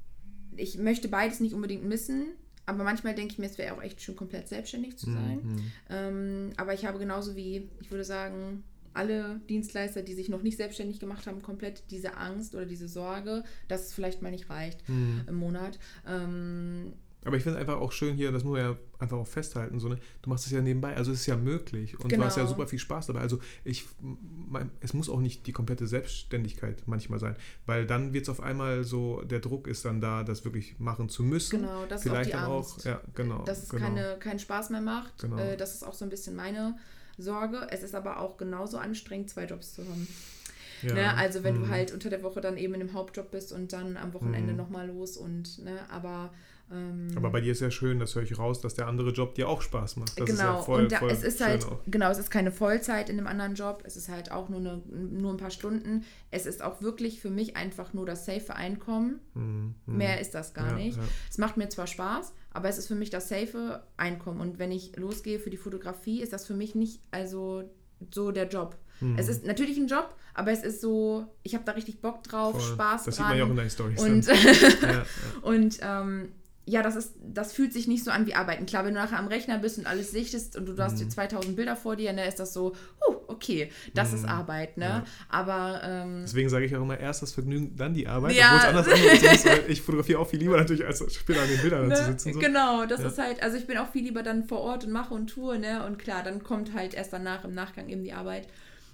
ich möchte beides nicht unbedingt missen, aber manchmal denke ich mir, es wäre auch echt schön, komplett selbstständig zu sein. Mhm. Ähm, aber ich habe genauso wie, ich würde sagen, alle Dienstleister, die sich noch nicht selbstständig gemacht haben, komplett diese Angst oder diese Sorge, dass es vielleicht mal nicht reicht mhm. im Monat. Ähm, Aber ich finde es einfach auch schön hier, das muss man ja einfach auch festhalten, so, ne? Du machst es ja nebenbei, also es ist ja möglich und genau. du hast ja super viel Spaß dabei. Also ich, mein, es muss auch nicht die komplette Selbstständigkeit manchmal sein, weil dann wird es auf einmal so, der Druck ist dann da, das wirklich machen zu müssen. Genau, das Vielleicht ist auch die dann Angst, auch, ja, genau, dass es genau. keine, keinen Spaß mehr macht. Genau. Äh, das ist auch so ein bisschen meine Sorge. Es ist aber auch genauso anstrengend, zwei Jobs zu haben. Ja. Ne? Also wenn hm. du halt unter der Woche dann eben in einem Hauptjob bist und dann am Wochenende hm. nochmal los und, ne, aber ähm, aber bei dir ist ja schön, das höre ich raus, dass der andere Job dir auch Spaß macht. Das genau, ist ja voll, und da, voll es ist schön halt, auch. genau, es ist keine Vollzeit in einem anderen Job, es ist halt auch nur, eine, nur ein paar Stunden. Es ist auch wirklich für mich einfach nur das safe Einkommen. Hm, hm. Mehr ist das gar ja, nicht. Ja. Es macht mir zwar Spaß, aber es ist für mich das safe Einkommen. Und wenn ich losgehe für die Fotografie, ist das für mich nicht also so der Job. Hm. Es ist natürlich ein Job, aber es ist so, ich habe da richtig Bock drauf, voll. Spaß das dran. Das sieht man ja auch in deinen Storys. Und, ja, ja. und ähm, ja, das ist, das fühlt sich nicht so an wie Arbeiten. Klar, wenn du nachher am Rechner bist und alles sichtest und du hast dir zweitausend Bilder vor dir, ne, ist das so, huh, okay, das mm. ist Arbeit, ne? Ja. Aber ähm, deswegen sage ich auch immer, erst das Vergnügen, dann die Arbeit. Ja. Obwohl es anders ist, weil ich fotografiere auch viel lieber natürlich, als später an den Bildern ne? zu sitzen. So. Genau, das ja. ist halt, also ich bin auch viel lieber dann vor Ort und mache und tue, ne? Und klar, dann kommt halt erst danach, im Nachgang eben die Arbeit.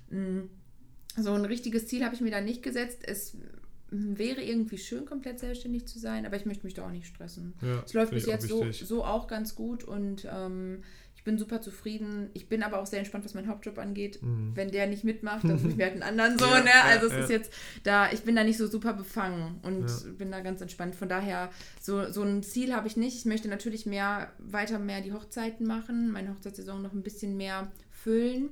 So ein richtiges Ziel habe ich mir da nicht gesetzt. Es wäre irgendwie schön, komplett selbstständig zu sein, aber ich möchte mich da auch nicht stressen. Ja, es läuft bis jetzt so, so auch ganz gut und ähm, ich Ich bin super zufrieden. Ich bin aber auch sehr entspannt, was meinen Hauptjob angeht. Mhm. Wenn der nicht mitmacht, dann suche ich mir halt einen anderen so, Ja, ne? ja, Also es ja. ist jetzt da, ich bin da nicht so super befangen und Ja. bin da ganz entspannt. Von daher, so, so ein Ziel habe ich nicht. Ich möchte natürlich mehr, weiter mehr die Hochzeiten machen, meine Hochzeitssaison noch ein bisschen mehr füllen.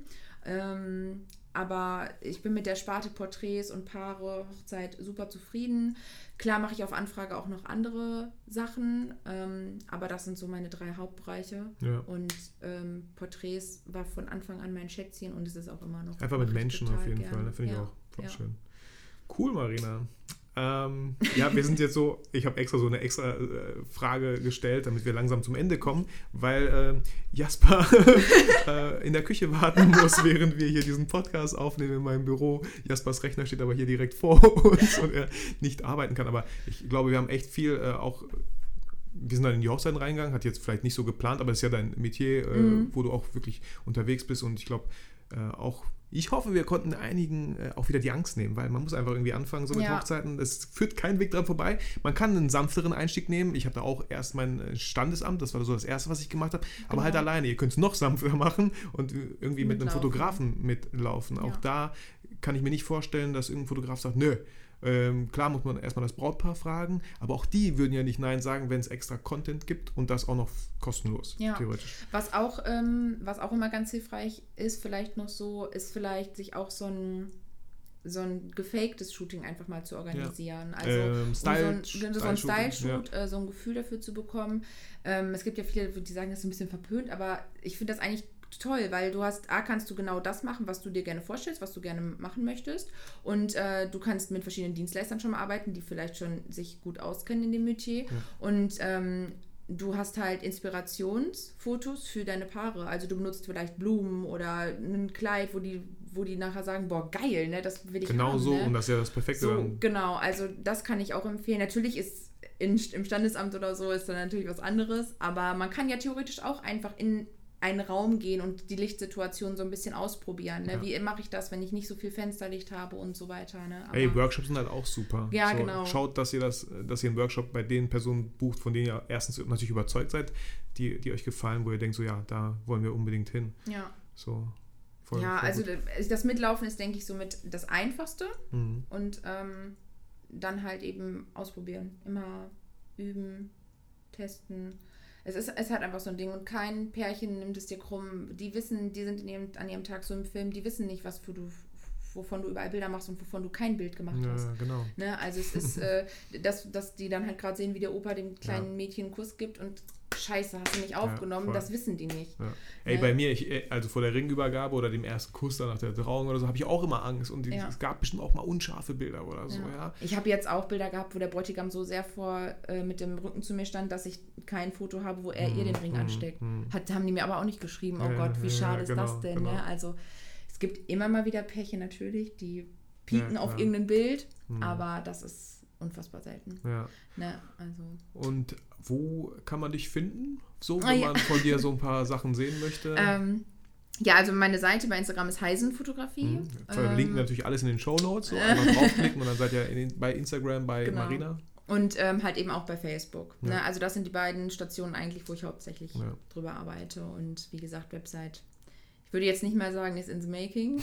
Ähm, aber ich bin mit der Sparte Porträts und Paare, Hochzeit super zufrieden. Klar mache ich auf Anfrage auch noch andere Sachen, ähm, aber das sind so meine drei Hauptbereiche. Ja. Und ähm, Porträts war von Anfang an mein Schätzchen und es ist auch immer noch. Einfach mit mache ich Menschen total auf jeden gern. Fall, ne? Finde ich Ja. auch voll Ja. schön. Cool, Marina. Ähm, ja, wir sind jetzt so, ich habe extra so eine extra äh, Frage gestellt, damit wir langsam zum Ende kommen, weil äh, Jasper äh, in der Küche warten muss, während wir hier diesen Podcast aufnehmen in meinem Büro. Jaspers Rechner steht aber hier direkt vor uns und er nicht arbeiten kann. Aber ich glaube, wir haben echt viel äh, auch, wir sind dann in die Hochzeiten reingegangen, hat jetzt vielleicht nicht so geplant, aber es ist ja dein Metier, äh, Mhm. wo du auch wirklich unterwegs bist und ich glaube, äh, auch ich hoffe, wir konnten einigen äh, auch wieder die Angst nehmen, weil man muss einfach irgendwie anfangen, so mit Ja. Hochzeiten. Es führt kein Weg dran vorbei. Man kann einen sanfteren Einstieg nehmen. Ich habe da auch erst mein äh, Standesamt, das war so das Erste, was ich gemacht habe. Aber Genau. halt alleine. Ihr könnt es noch sanfter machen und irgendwie mit einem Mitlaufen. Fotografen mitlaufen. Auch Ja. da kann ich mir nicht vorstellen, dass irgendein Fotograf sagt, nö. Ähm, klar muss man erstmal das Brautpaar fragen, aber auch die würden ja nicht Nein sagen, wenn es extra Content gibt und das auch noch kostenlos, Ja. theoretisch. Was auch, ähm, was auch immer ganz hilfreich ist, vielleicht noch so, ist vielleicht sich auch so ein so ein gefaktes Shooting einfach mal zu organisieren. Also Ähm, um Style- so ein, so ein Style-Shooting, Style-Shoot, äh, so ein Gefühl dafür zu bekommen. Ähm, es gibt ja viele, die sagen, das ist ein bisschen verpönt, aber ich finde das eigentlich toll, weil du hast, A, kannst du genau das machen, was du dir gerne vorstellst, was du gerne machen möchtest und äh, du kannst mit verschiedenen Dienstleistern schon mal arbeiten, die vielleicht schon sich gut auskennen in dem Metier und ähm, du hast halt Inspirationsfotos für deine Paare, also du benutzt vielleicht Blumen oder ein Kleid, wo die, wo die nachher sagen, boah, geil, ne, das will ich Genau haben. so ne? und das ist ja das Perfekte So, dann. genau, also das kann ich auch empfehlen. Natürlich ist in, im Standesamt oder so ist dann natürlich was anderes, aber man kann ja theoretisch auch einfach in einen Raum gehen und die Lichtsituation so ein bisschen ausprobieren. Ne? Ja. Wie mache ich das, wenn ich nicht so viel Fensterlicht habe und so weiter. Ne? Aber Ey, Workshops sind halt auch super. Ja, so, genau. Schaut, dass ihr das, dass ihr einen Workshop bei den Personen bucht, von denen ihr erstens natürlich überzeugt seid, die, die euch gefallen, wo ihr denkt, so ja, da wollen wir unbedingt hin. ja, So, voll, ja voll also gut. das das Mitlaufen ist, denke ich, somit das Einfachste Mhm. und ähm, dann halt eben ausprobieren. Immer üben, testen. Es ist, es ist halt einfach so ein Ding und kein Pärchen nimmt es dir krumm. Die wissen, die sind in ihrem, an ihrem Tag so im Film, die wissen nicht, was für du, wovon du überall Bilder machst und wovon du kein Bild gemacht hast. Ja, genau. Ne? Also es ist, äh, dass, dass die dann halt gerade sehen, wie der Opa dem kleinen Ja. Mädchen einen Kuss gibt und Scheiße, hast du nicht aufgenommen, voll. das wissen die nicht. Ja. Ey, Ne? bei mir, ich, also vor der Ringübergabe oder dem ersten Kuss dann nach der Trauung oder so, habe ich auch immer Angst. Und die, Ja. es gab bestimmt auch mal unscharfe Bilder oder so, ja. Ja. Ich habe jetzt auch Bilder gehabt, wo der Bräutigam so sehr vor äh, mit dem Rücken zu mir stand, dass ich kein Foto habe, wo er ihr den Ring mm, ansteckt. mm. Hat, haben die mir aber auch nicht geschrieben, oh Ja, Gott, wie ja, schade ja, ist genau, das denn? genau. Ne? Also es gibt immer mal wieder Pärchen natürlich, die pieken Ja, auf klar. irgendein Bild, Mhm. aber das ist unfassbar selten. Ja. Ne? Also Und wo kann man dich finden? So, wenn Ah, ja. man von dir so ein paar Sachen sehen möchte. ähm, ja, also meine Seite bei Instagram ist Heisenfotografie. Mhm. Verlinken Ähm, natürlich alles in den Shownotes. So einfach draufklicken und dann seid ihr in, bei Instagram bei Genau. Marina. Und ähm, halt eben auch bei Facebook. Ja. Ne? Also das sind die beiden Stationen eigentlich, wo ich hauptsächlich Ja. drüber arbeite. Und wie gesagt, Website, ich würde jetzt nicht mal sagen, ist in the making.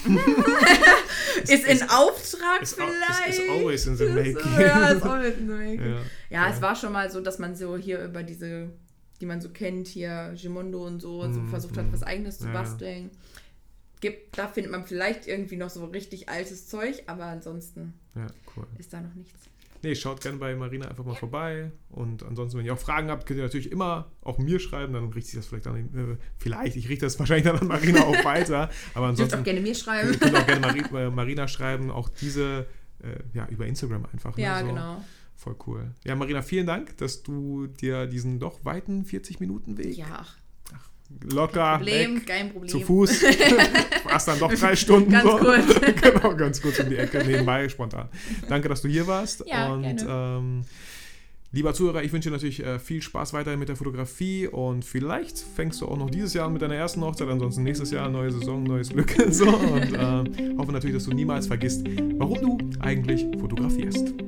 ist in ist- Auftrag Ist, au- vielleicht. ist, ist always in the Ist- making. Ja, ist always in the making. Ja. Ja, Ja. es war schon mal so, dass man so hier über diese, die man so kennt, hier Gimondo und so, so Mhm, versucht hat, mhm. was Eigenes zu Ja, ja. basteln. Gibt, da findet man vielleicht irgendwie noch so richtig altes Zeug, aber ansonsten Ja, cool. ist da noch nichts. Nee, schaut gerne bei Marina einfach mal vorbei. Und ansonsten, wenn ihr auch Fragen habt, könnt ihr natürlich immer auch mir schreiben. Dann richtet sich das vielleicht an, äh, vielleicht, ich richte das wahrscheinlich dann an Marina auch weiter. Aber Ihr dürft ansonsten auch gerne mir schreiben. ihr könnt auch gerne Mari äh, Marina schreiben. Auch diese, äh, ja, über Instagram einfach. Ne? Ja, so. genau. Voll cool. Ja, Marina, vielen Dank, dass du dir diesen doch weiten vierzig Minuten Weg Ja, ach, locker Problem, weg, kein Problem. zu Fuß, warst dann doch drei Stunden. Ganz so. kurz. Genau, ganz kurz um die Ecke, nebenbei, spontan. Danke, dass du hier warst. Ja, und gerne. Ähm, lieber Zuhörer, ich wünsche dir natürlich äh, viel Spaß weiterhin mit der Fotografie und vielleicht fängst du auch noch dieses Jahr an mit deiner ersten Hochzeit, ansonsten nächstes Jahr neue Saison, neues Glück. So. Und äh, hoffe natürlich, dass du niemals vergisst, warum du eigentlich fotografierst.